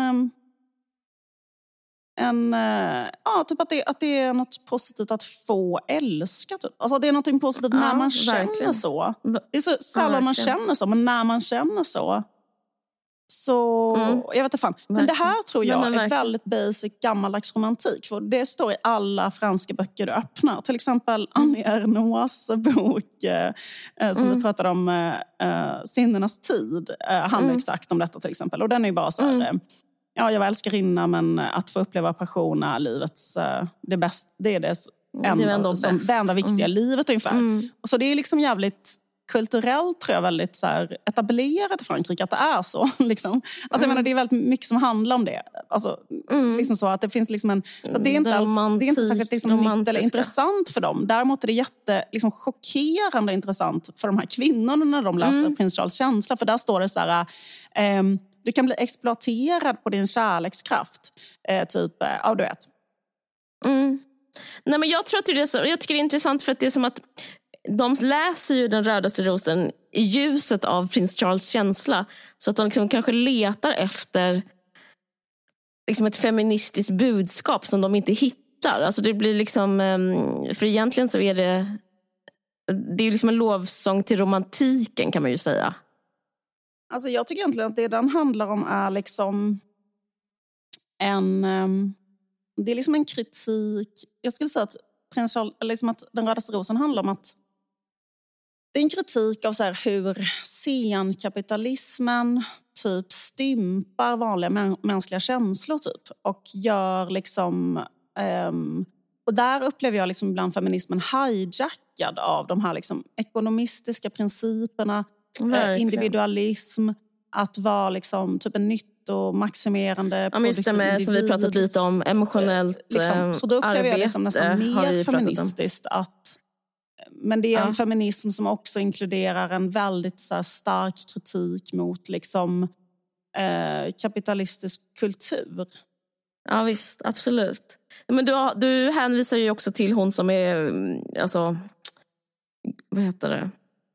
en ja, typ att det, att det är något positivt att få älska. Typ. Alltså det är något positivt
ja,
när man
verkligen.
känner så. Det är så sällan ja, man känner så, men när man känner så... Så, mm. jag vet inte fan. Men verkligen. Det här tror jag Nej, är väldigt basic gammaldags romantik. För det står i alla franska böcker du öppnar. Till exempel Annie Ernauds bok eh, som mm. du pratade om, eh, Sinnenas tid. Eh, handlar mm. exakt om detta till exempel. Och den är ju bara så här, mm. ja, jag var älskarinna, men att få uppleva passion är livets, eh, det, bäst, det är det enda, det, är som, det enda viktiga mm. livet ungefär. Mm. Och så det är liksom jävligt... kulturellt tror jag väldigt så här, etablerat i Frankrike att det är så. Liksom. Alltså, mm. jag menar, det är väldigt mycket som handlar om det. Alltså, mm. liksom så att det finns liksom en... Så det är inte alls, det är inte särskilt liksom nytt eller intressant för dem. Däremot är det jätte, liksom, chockerande intressant för de här kvinnorna när de läser mm. Prins Charles känsla. För där står det så här... Um, du kan bli exploaterad på din kärlekskraft. Uh, typ, uh, ja du vet.
Mm. Nej, men jag tror att det är så, jag tycker det är intressant för att det är som att de läser ju Den rödaste rosen i ljuset av Prins Charles känsla. Så att de liksom kanske letar efter liksom ett feministiskt budskap som de inte hittar. Alltså det blir liksom, för egentligen så är det det är liksom en lovsång till romantiken kan man ju säga.
Alltså jag tycker egentligen att det den handlar om är liksom en det är liksom en kritik. Jag skulle säga att Prins Charles, liksom att Den rödaste rosen handlar om att det är en kritik av så här hur senkapitalismen typ stympar vanliga mä- mänskliga känslor typ och gör liksom um, och där upplever jag liksom ibland feminismen hijackad av de här liksom ekonomistiska principerna, eh, individualism, att vara liksom typ en nyttomaximerande
ja, just det med, som vi pratat lite om, emotionellt eh, liksom. Så då upplever
arbete,
jag
liksom nästan mer feministiskt att men det är en ja. feminism som också inkluderar en väldigt så här, stark kritik mot liksom, eh, kapitalistisk kultur.
Ja visst, absolut. Men du, du hänvisar ju också till hon som är, alltså, vad heter det?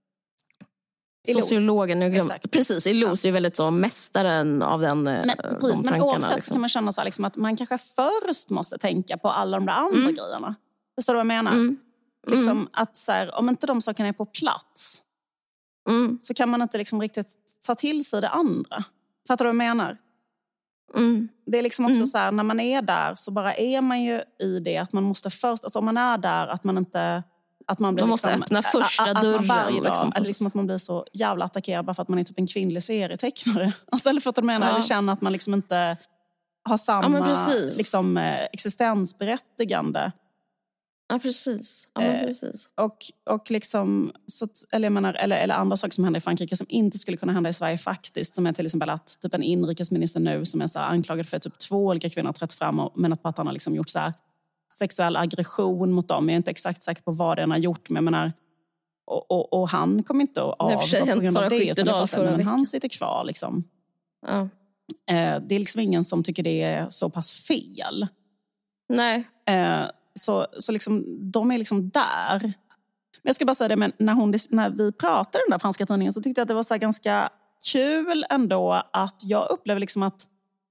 Sociologen. Jag glöm... Precis, Illouz ja. är väldigt så mästaren av den. Men, precis,
de men oavsett liksom. kan man känna så här, liksom, att man kanske först måste tänka på alla de där andra mm. grejerna. Förstår du vad jag menar? Mm. Liksom mm. att så här, om inte de sakerna är på plats mm. så kan man inte liksom riktigt ta till sig det andra. Fattar du vad jag menar? Mm. Det är liksom också mm. så här, när man är där så bara är man ju i det att man måste först, alltså om man är där att man inte att man blir
man måste
liksom,
öppna första
att,
dörren
att man varje dag,
liksom.
Eller liksom att man blir så jävla attackerad bara för att man är typ en kvinnlig serietecknare. Alltså, eller för att du menar, ja. eller känner att man liksom inte har samma ja, liksom, existensberättigande.
Ja, precis. Ja, men precis.
Eh, och, och liksom, så, eller, jag menar, eller, eller andra saker som händer i Frankrike som inte skulle kunna hända i Sverige faktiskt. Som är till exempel att typ en inrikesminister nu som är så här, anklagad för typ två olika kvinnor har trätt fram och menat på att han har liksom gjort så här, sexuell aggression mot dem. Jag är inte exakt säker på vad den har gjort, men jag menar, och, och, och han kommer inte att avgå på grund av det. Utan det bara, men han sitter kvar liksom.
Ja.
Eh, det är liksom ingen som tycker det är så pass fel.
Nej.
Eh, Så, så liksom, de är liksom där. Men jag ska bara säga det, men när, hon, när vi pratade i den där franska tidningen så tyckte jag att det var så här ganska kul ändå att jag upplever liksom att,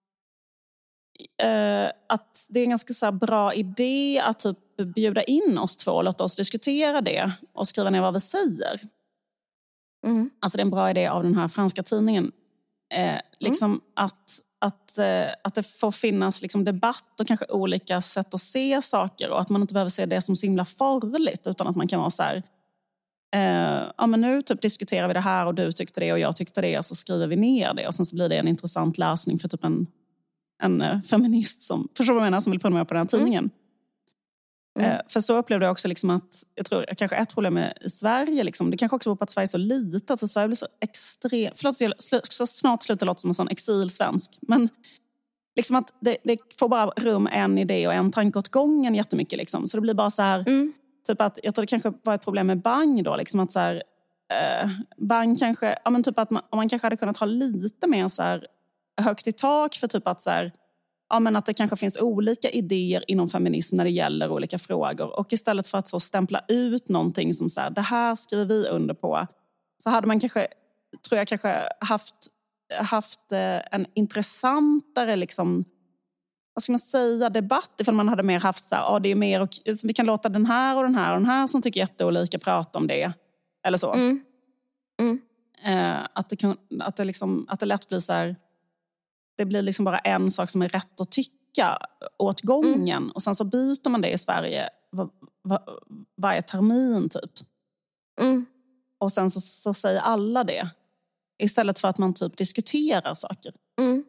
eh, att det är en ganska så här bra idé att typ bjuda in oss två och låta oss diskutera det och skriva ner vad vi säger. Mm. Alltså det är en bra idé av den här franska tidningen. Eh, liksom mm. att... Att, eh, att det får finnas liksom debatt och kanske olika sätt att se saker och att man inte behöver se det som så himla farligt utan att man kan vara så här, eh, ja, men nu typ diskuterar vi det här och du tyckte det och jag tyckte det och så skriver vi ner det och sen så blir det en intressant läsning för typ en, en uh, feminist som, förstår vad jag menar, som vill prenumerera på den här tidningen. Mm. Mm. För så upplevde jag också liksom att, jag tror kanske ett problem med i Sverige, liksom, det kanske också beror på att Sverige är så litet, alltså Sverige blir så extremt, förlåt jag sl- så snart slutar låta som en sån exilsvensk, men liksom att det, det får bara rum en idé och en tanke åt gången jättemycket liksom, så det blir bara så här, mm. typ att, jag tror det kanske var ett problem med Bang då, liksom att så här, eh, Bang kanske, ja men typ att man, om man kanske hade kunnat ha lite mer så här högt i tak för typ att så här, ja, men att det kanske finns olika idéer inom feminism när det gäller olika frågor. Och istället för att så stämpla ut någonting som så här, det här skriver vi under på, så hade man kanske, tror jag, kanske haft, haft en intressantare, liksom, vad ska man säga, debatt ifall man hade mer haft så här, ja, det är mer, och, vi kan låta den här och den här och den här som tycker jätteolika prata om det. Eller så. Mm. Mm. Eh, att, det kan, att, det liksom, att det lätt blir så här, det blir liksom bara en sak som är rätt att tycka åt gången. Mm. Och sen så byter man det i Sverige var, var, varje termin typ. Mm. Och sen så, så säger alla det. Istället för att man typ diskuterar saker. Mm.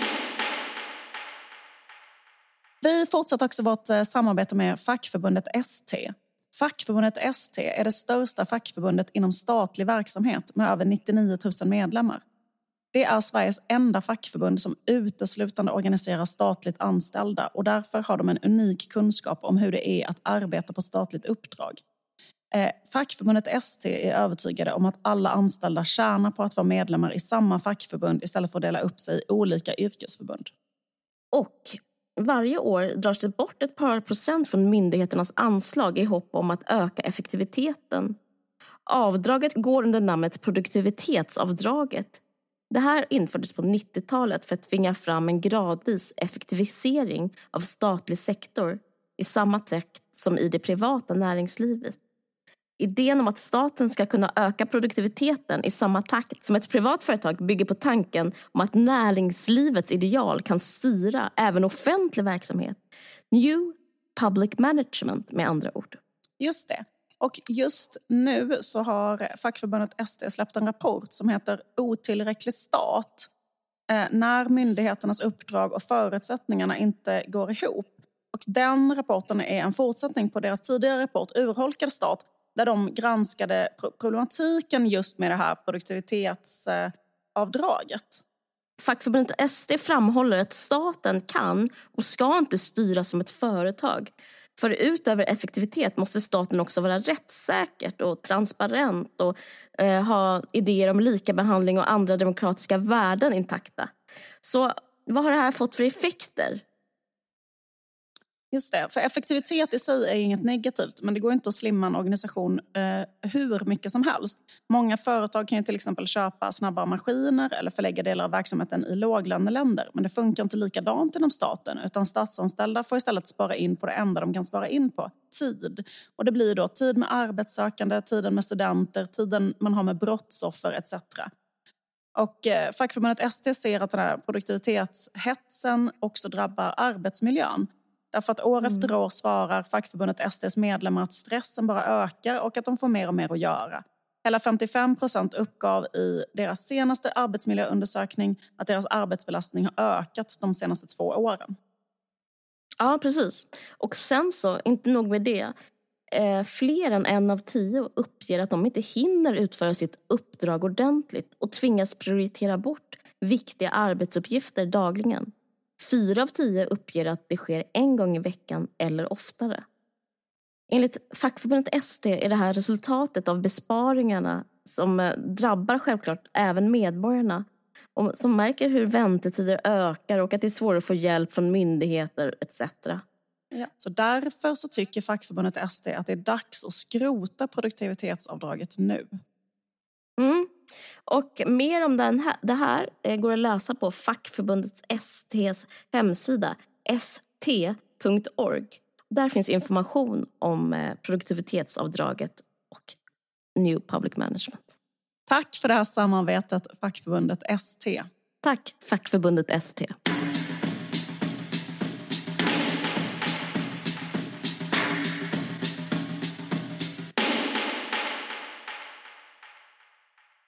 Vi fortsätter också vårt samarbete med fackförbundet S T. Fackförbundet S T är det största fackförbundet inom statlig verksamhet med över nittionio tusen medlemmar. Det är Sveriges enda fackförbund som uteslutande organiserar statligt anställda och därför har de en unik kunskap om hur det är att arbeta på statligt uppdrag. Eh, fackförbundet S T är övertygade om att alla anställda tjänar på att vara medlemmar i samma fackförbund istället för att dela upp sig i olika yrkesförbund.
Och varje år dras det bort ett par procent från myndigheternas anslag i hopp om att öka effektiviteten. Avdraget går under namnet produktivitetsavdraget. Det här infördes på nittiotalet för att tvinga fram en gradvis effektivisering av statlig sektor i samma takt som i det privata näringslivet. Idén om att staten ska kunna öka produktiviteten i samma takt som ett privat företag bygger på tanken om att näringslivets ideal kan styra även offentlig verksamhet. New public management med andra ord.
Just det. Och just nu så har fackförbundet S T släppt en rapport som heter Otillräcklig stat. Eh, när myndigheternas uppdrag och förutsättningarna inte går ihop. Och den rapporten är en fortsättning på deras tidigare rapport Urholkad stat. Där de granskade problematiken just med det här produktivitetsavdraget.
Fackförbundet S T framhåller att staten kan och ska inte styra som ett företag. För utöver effektivitet måste staten också vara rättssäkert och transparent och eh, ha idéer om lika behandling och andra demokratiska värden intakta. Så vad har det här fått för effekter?
Just det, för effektivitet i sig är inget negativt, men det går inte att slimma en organisation eh, hur mycket som helst. Många företag kan ju till exempel köpa snabbare maskiner eller förlägga delar av verksamheten i låglöneländer, men det funkar inte likadant inom staten, utan statsanställda får istället spara in på det enda de kan spara in på, tid. Och det blir då tid med arbetssökande, tiden med studenter, tiden man har med brottsoffer et cetera. Och eh, fackförbundet S T ser att den här produktivitetshetsen också drabbar arbetsmiljön. Därför att år mm. efter år svarar fackförbundet S T:s medlemmar att stressen bara ökar och att de får mer och mer att göra. Hela femtiofem procent uppgav i deras senaste arbetsmiljöundersökning att deras arbetsbelastning har ökat de senaste två åren.
Ja, precis. Och sen så, inte nog med det, eh, fler än en av tio uppger att de inte hinner utföra sitt uppdrag ordentligt och tvingas prioritera bort viktiga arbetsuppgifter dagligen. Fyra av tio uppger att det sker en gång i veckan eller oftare. Enligt fackförbundet S T är det här resultatet av besparingarna som drabbar självklart även medborgarna och som märker hur väntetider ökar och att det är svårt att få hjälp från myndigheter et cetera.
Ja, så därför så tycker fackförbundet S T att det är dags att skrota produktivitetsavdraget nu.
Mm. Och mer om den här, det här går att läsa på fackförbundet S T:s hemsida s t punkt org. Där finns information om produktivitetsavdraget och New Public Management.
Tack för det här samarbetet, fackförbundet S T.
Tack, fackförbundet S T.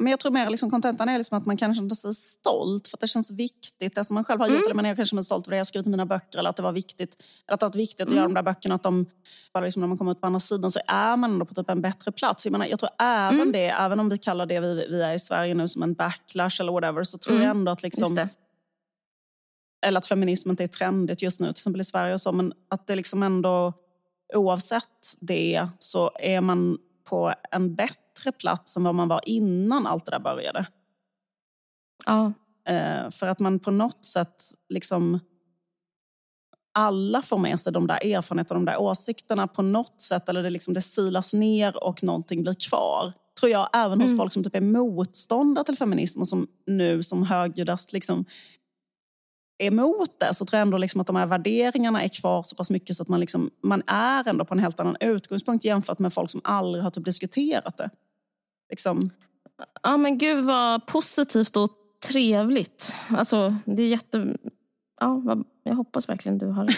men jag tror mer liksom kontentan är liksom att man kan känna sig stolt för att det känns viktigt. Det som man själv har gjort, mm. eller man är kanske stolt för det jag har skrivit i mina böcker, eller att det var viktigt, eller att det var viktigt att mm. göra de där böckerna, att de, bara liksom när man kommer ut på andra sidan så är man ändå på typ en bättre plats. Jag menar, jag tror även mm. det, även om vi kallar det vi, vi är i Sverige nu som en backlash eller whatever, så tror mm. jag ändå att liksom, eller att feminism inte är trendigt just nu, till exempel i Sverige och så, men att det liksom ändå, oavsett det, så är man på en bättre plats än vad man var innan allt det där började.
Ja.
Eh, för att man på något sätt liksom, alla får med sig de där erfarenheterna, de där åsikterna på något sätt, eller det, liksom, det silas ner och någonting blir kvar. Tror jag, även hos mm. folk som typ är motståndare till feminism och som nu som högljuddast liksom är emot det, så tror jag ändå liksom att de här värderingarna är kvar så pass mycket så att man, liksom, man är ändå på en helt annan utgångspunkt jämfört med folk som aldrig har typ diskuterat det. Liksom.
Ja, men gud vad positivt och trevligt. Alltså, det är jätte... Ja, jag hoppas verkligen du har det.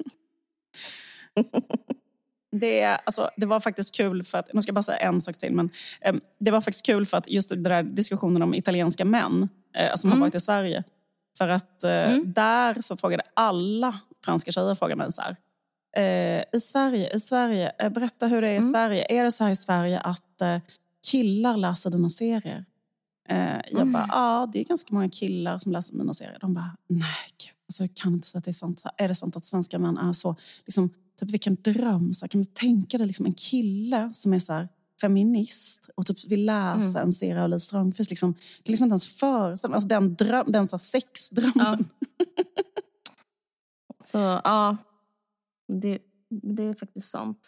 Det, alltså, det var faktiskt kul för att, nu ska jag bara säga en sak till, men eh, det var faktiskt kul för att just den där diskussionen om italienska män eh, som mm. har varit i Sverige. För att eh, mm. där så frågade alla franska tjejer frågade mig så här. Eh, I Sverige, i Sverige, eh, berätta hur det är i mm. Sverige. Är det så här i Sverige att eh, killar läser dina serier? Eh, jag mm. bara, ja, det är ganska många killar som läser mina serier. De bara, nej gud, alltså, jag kan inte säga att det är sant. Så, är det sant att svenska män är så, liksom, typ vilken dröm. Så, kan du tänka dig liksom, en kille som är så här, feminist och typ vill läsa mm. en serie av Liv Strömquist, liksom, det är liksom inte ens föreställning, alltså den, dröm, den så här, sexdrömmen.
Ja. Så ja, det, det är faktiskt sant.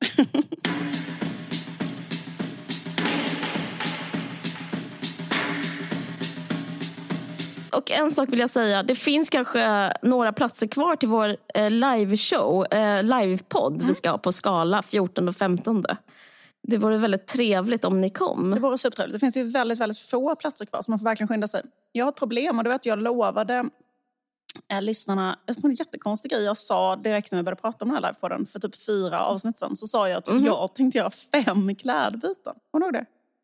Och en sak vill jag säga, det finns kanske några platser kvar till vår eh, liveshow, eh, livepodd mm. vi ska ha på Skala fjortonde och femtonde. Det vore väldigt trevligt om ni kom.
Det vore supertrevligt. Det finns ju väldigt, väldigt få platser kvar, så man får verkligen skynda sig. Jag har ett problem, och det var att jag lovade eh, lyssnarna en jättekonstig grej jag sa direkt när vi började prata om den här livepodden för typ fyra avsnitt sedan. Så sa jag att mm. jag tänkte göra fem klädbyten. Kommer du ihåg det?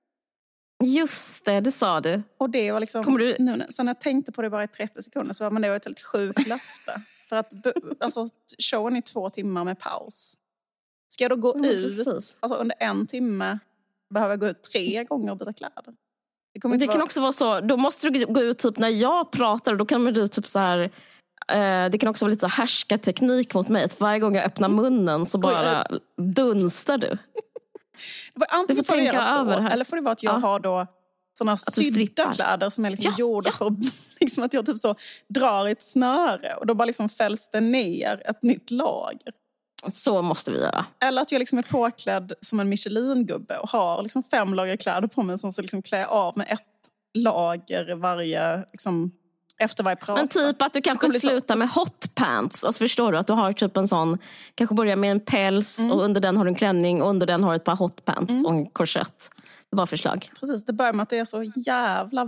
Just det, det sa du.
Och det var liksom,
kommer du...
nu, sen när jag tänkte på det bara i trettio sekunder så var men det var ett helt sjukt löfte. För att alltså, showen är två timmar med paus. Ska jag då gå mm, ut alltså, under en timme, behöver jag gå ut tre gånger och byta kläder? Det, kommer inte
det kan
vara...
också vara så, då måste du gå ut typ när jag pratar, och då kan du typ så här, eh, det kan också vara lite så härska teknik mot mig, att varje gång jag öppnar munnen så bara dunstar du.
Det var antingen får tänka så, över här. Eller får det vara att jag ja. har då såna sydda kläder som är liksom ja, gjorda ja. för liksom att jag typ så drar i ett snöre och då bara liksom fälls det ner ett nytt lager.
Så måste vi göra.
Eller att jag liksom är påklädd som en Michelin-gubbe och har liksom fem lager kläder på mig som så liksom klär av med ett lager varje, liksom, efter varje prata.
Men typ att du kanske slutar så... med hot pants. Alltså förstår du att du har typ en sån, kanske börjar med en päls mm. och under den har du en klänning och under den har du ett par hot pants mm. och en korsett. Det var förslag.
Precis, det börjar med att det är så jävla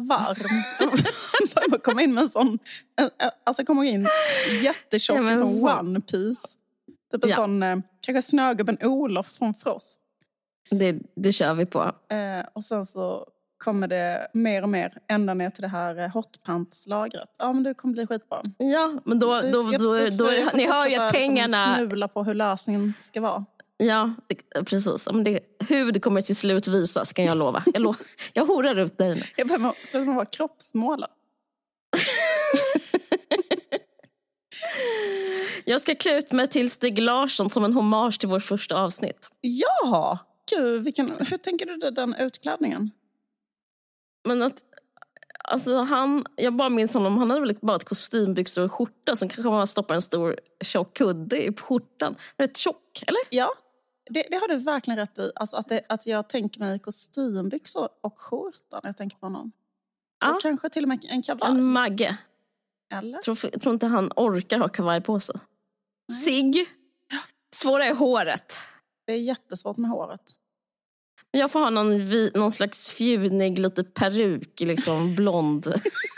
varm. Man kommer in med en sån, alltså kommer in jättetjock ja, en sån så... one piece. Typ en ja. sån, eh, kanske snögubben Olof från Frost.
Det, det kör vi på.
Eh, och sen så kommer det mer och mer ända ner till det här eh, hotpants-lagret. Ja, men det kommer bli skitbra.
Ja, men då... då, då, då, då ni hör ju att pengarna...
Liksom snula på hur lösningen ska vara.
Ja, det, precis. Men det, hur det kommer till slut visas kan jag lova. Jag, lo, jag horar ut dig nu.
Jag behöver sluta vara kroppsmålad.
Jag ska klä ut mig till Stig Larsson som en hommage till vårt första avsnitt.
Ja! Gud, vilken, hur tänker du den utklädningen?
Men att, alltså han, jag bara minns honom, han hade väl bara ett kostymbyxor och skjorta, så kanske man stoppar en stor tjock kudde i skjortan. Rätt tjock, eller?
Ja, det, det har du verkligen rätt i. Alltså att, det, att jag tänker mig kostymbyxor och skjorta när jag tänker på honom. Ja. Och kanske till och med en kavaj.
En magge.
Eller?
Tror, tror inte han orkar ha kavaj på sig. Sig. Svåra är håret.
Det är jättesvårt med håret.
Jag får ha någon, någon slags fjunig, lite peruk, liksom blond.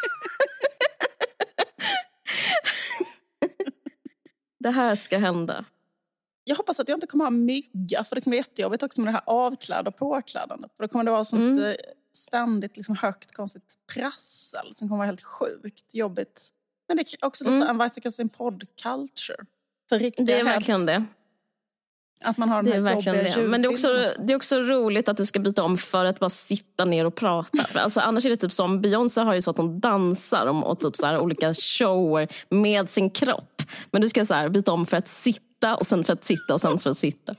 Det här ska hända.
Jag hoppas att jag inte kommer ha mygga, för det kommer bli jättejobbigt också med det här avkläd och påklädandet. För då kommer det vara sånt mm. ständigt liksom högt konstigt prassel som kommer vara helt sjukt jobbigt. Men det är också lite
Mm.
en varsin poddculture. För riktiga
Det är
hets.
verkligen det.
Att man har
Det
den
är
här
verkligen
jobbiga
det. Men det är, också,
ljudbilden också.
det är också roligt att du ska byta om för att bara sitta ner och prata. För alltså, annars är det typ som Beyoncé har ju så att hon dansar om, och typ så här, olika shower med sin kropp. Men du ska så här, byta om för att sitta och sen för att sitta och sen för att sitta.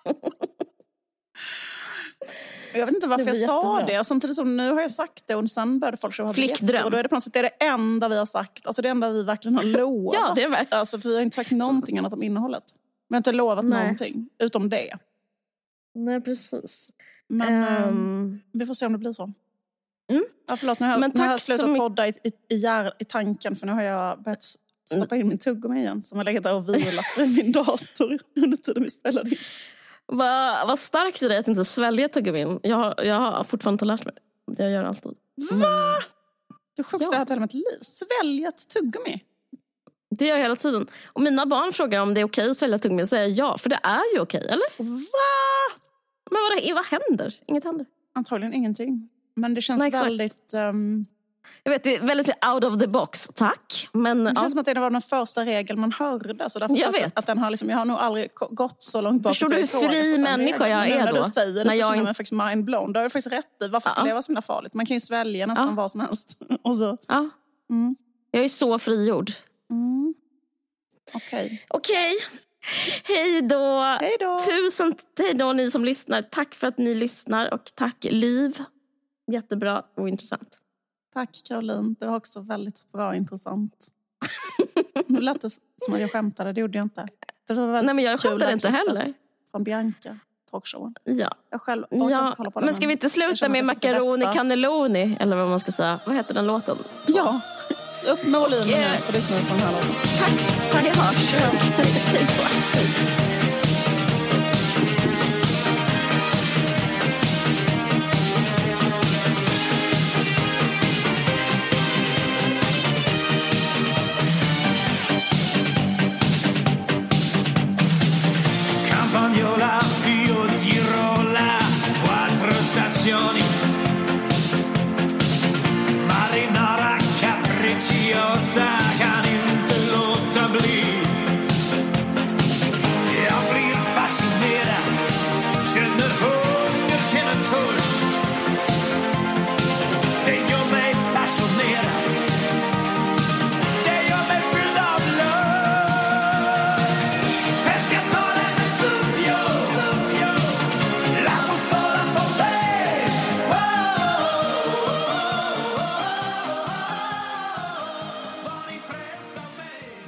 Jag vet inte varför
Det
jag
blir
sa
jättebra.
det. Samtidigt som nu har jag sagt det och sen började folk köpa biljetter.
Flickdröm.
Och då är det på något sätt det, är det enda vi har sagt. Alltså det enda vi verkligen har lovat.
Ja, det är verkligen.
Alltså för vi har inte sagt någonting annat om innehållet. Vi har inte lovat
Nej.
någonting utom det.
Nej, precis.
Men
Ehm.
eh, vi får se om det blir så.
Mm.
Ja, förlåt, nu har,
Men
nu har jag
tack så
slutat
mycket.
podda i, i, i, hjär, i tanken. För nu har jag börjat stoppa in min tuggummi igen. Som har legat där och vilat vid min dator under tiden vi spelade in.
Vad vad starkt i dig att inte svälja tuggummin. Jag, har- jag har fortfarande inte lärt mig det. Jag gör alltid.
Va? Det sjukaste
Ja.
jag har hört i hela mitt liv. Svälja ett tuggummi.
Det gör jag hela tiden. Och mina barn frågar om det är okej att svälja tuggummi. Så säger jag ja, för det är ju okej, eller?
Va?
Men vad, vad händer? Inget händer.
Antagligen ingenting. Men det känns
Nej, exakt.
väldigt... Um,
Jag vet, det är väldigt out of the box, tack. Men
det
ja.
känns som att det var den första regeln man hörde. Så därför
Jag
att,
vet.
Att den har liksom, jag har nog aldrig ko- gått så långt bak.
Förstår
att
du
jag
hur fri
ifrågasätter den
människa
regeln.
jag
Nu
är
när
då?
du säger det
När
så
jag
känner jag mig
inte-
faktiskt mindblown. Då har du faktiskt rätt i. Varför skulle
Ja.
det vara så himla farligt? Man kan ju svälja nästan
Ja.
vad som helst. Och så,
Ja.
mm,
Jag är så frigjord.
mm. Okej.
Okej. Hej då.
Hej då.
Tusen hej då ni som lyssnar. Tack för att ni lyssnar. Och tack Liv. Jättebra och intressant.
Tack Caroline. Det var också väldigt bra och intressant. Nu lät det som att jag skämtade. Det gjorde jag inte. Det var väldigt
Nej, men jag
kul
skämtade inte
klippet
heller.
Från Bianca. Talkshowen.
Ja.
Jag själv orkar inte
Ja,
kolla på den.
men ska vi inte
jag
sluta
känner
med
att det är det
macaroni
bästa.
cannelloni? Eller vad man ska säga. Vad heter den låten?
Ja, upp med volymen
eh,
nu så lyssnar vi på den här låten.
Tack, tack, vi hörs. Hej då.
Campagnola, Fioggirola, quattro stazioni, marinara capricciosa, kan inte låta bli. Jag blir fascinerad, känner hunger, känner törst. Det gör mig passionerad, det gör mig fylld av lust. Pescatore Vesuvio, la bussola for me. Var ni frälsta mig?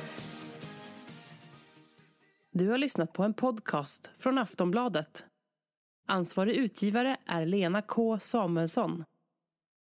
Du har lyssnat på en podcast från Aftonbladet. Ansvarig utgivare är Lena K. Samuelsson.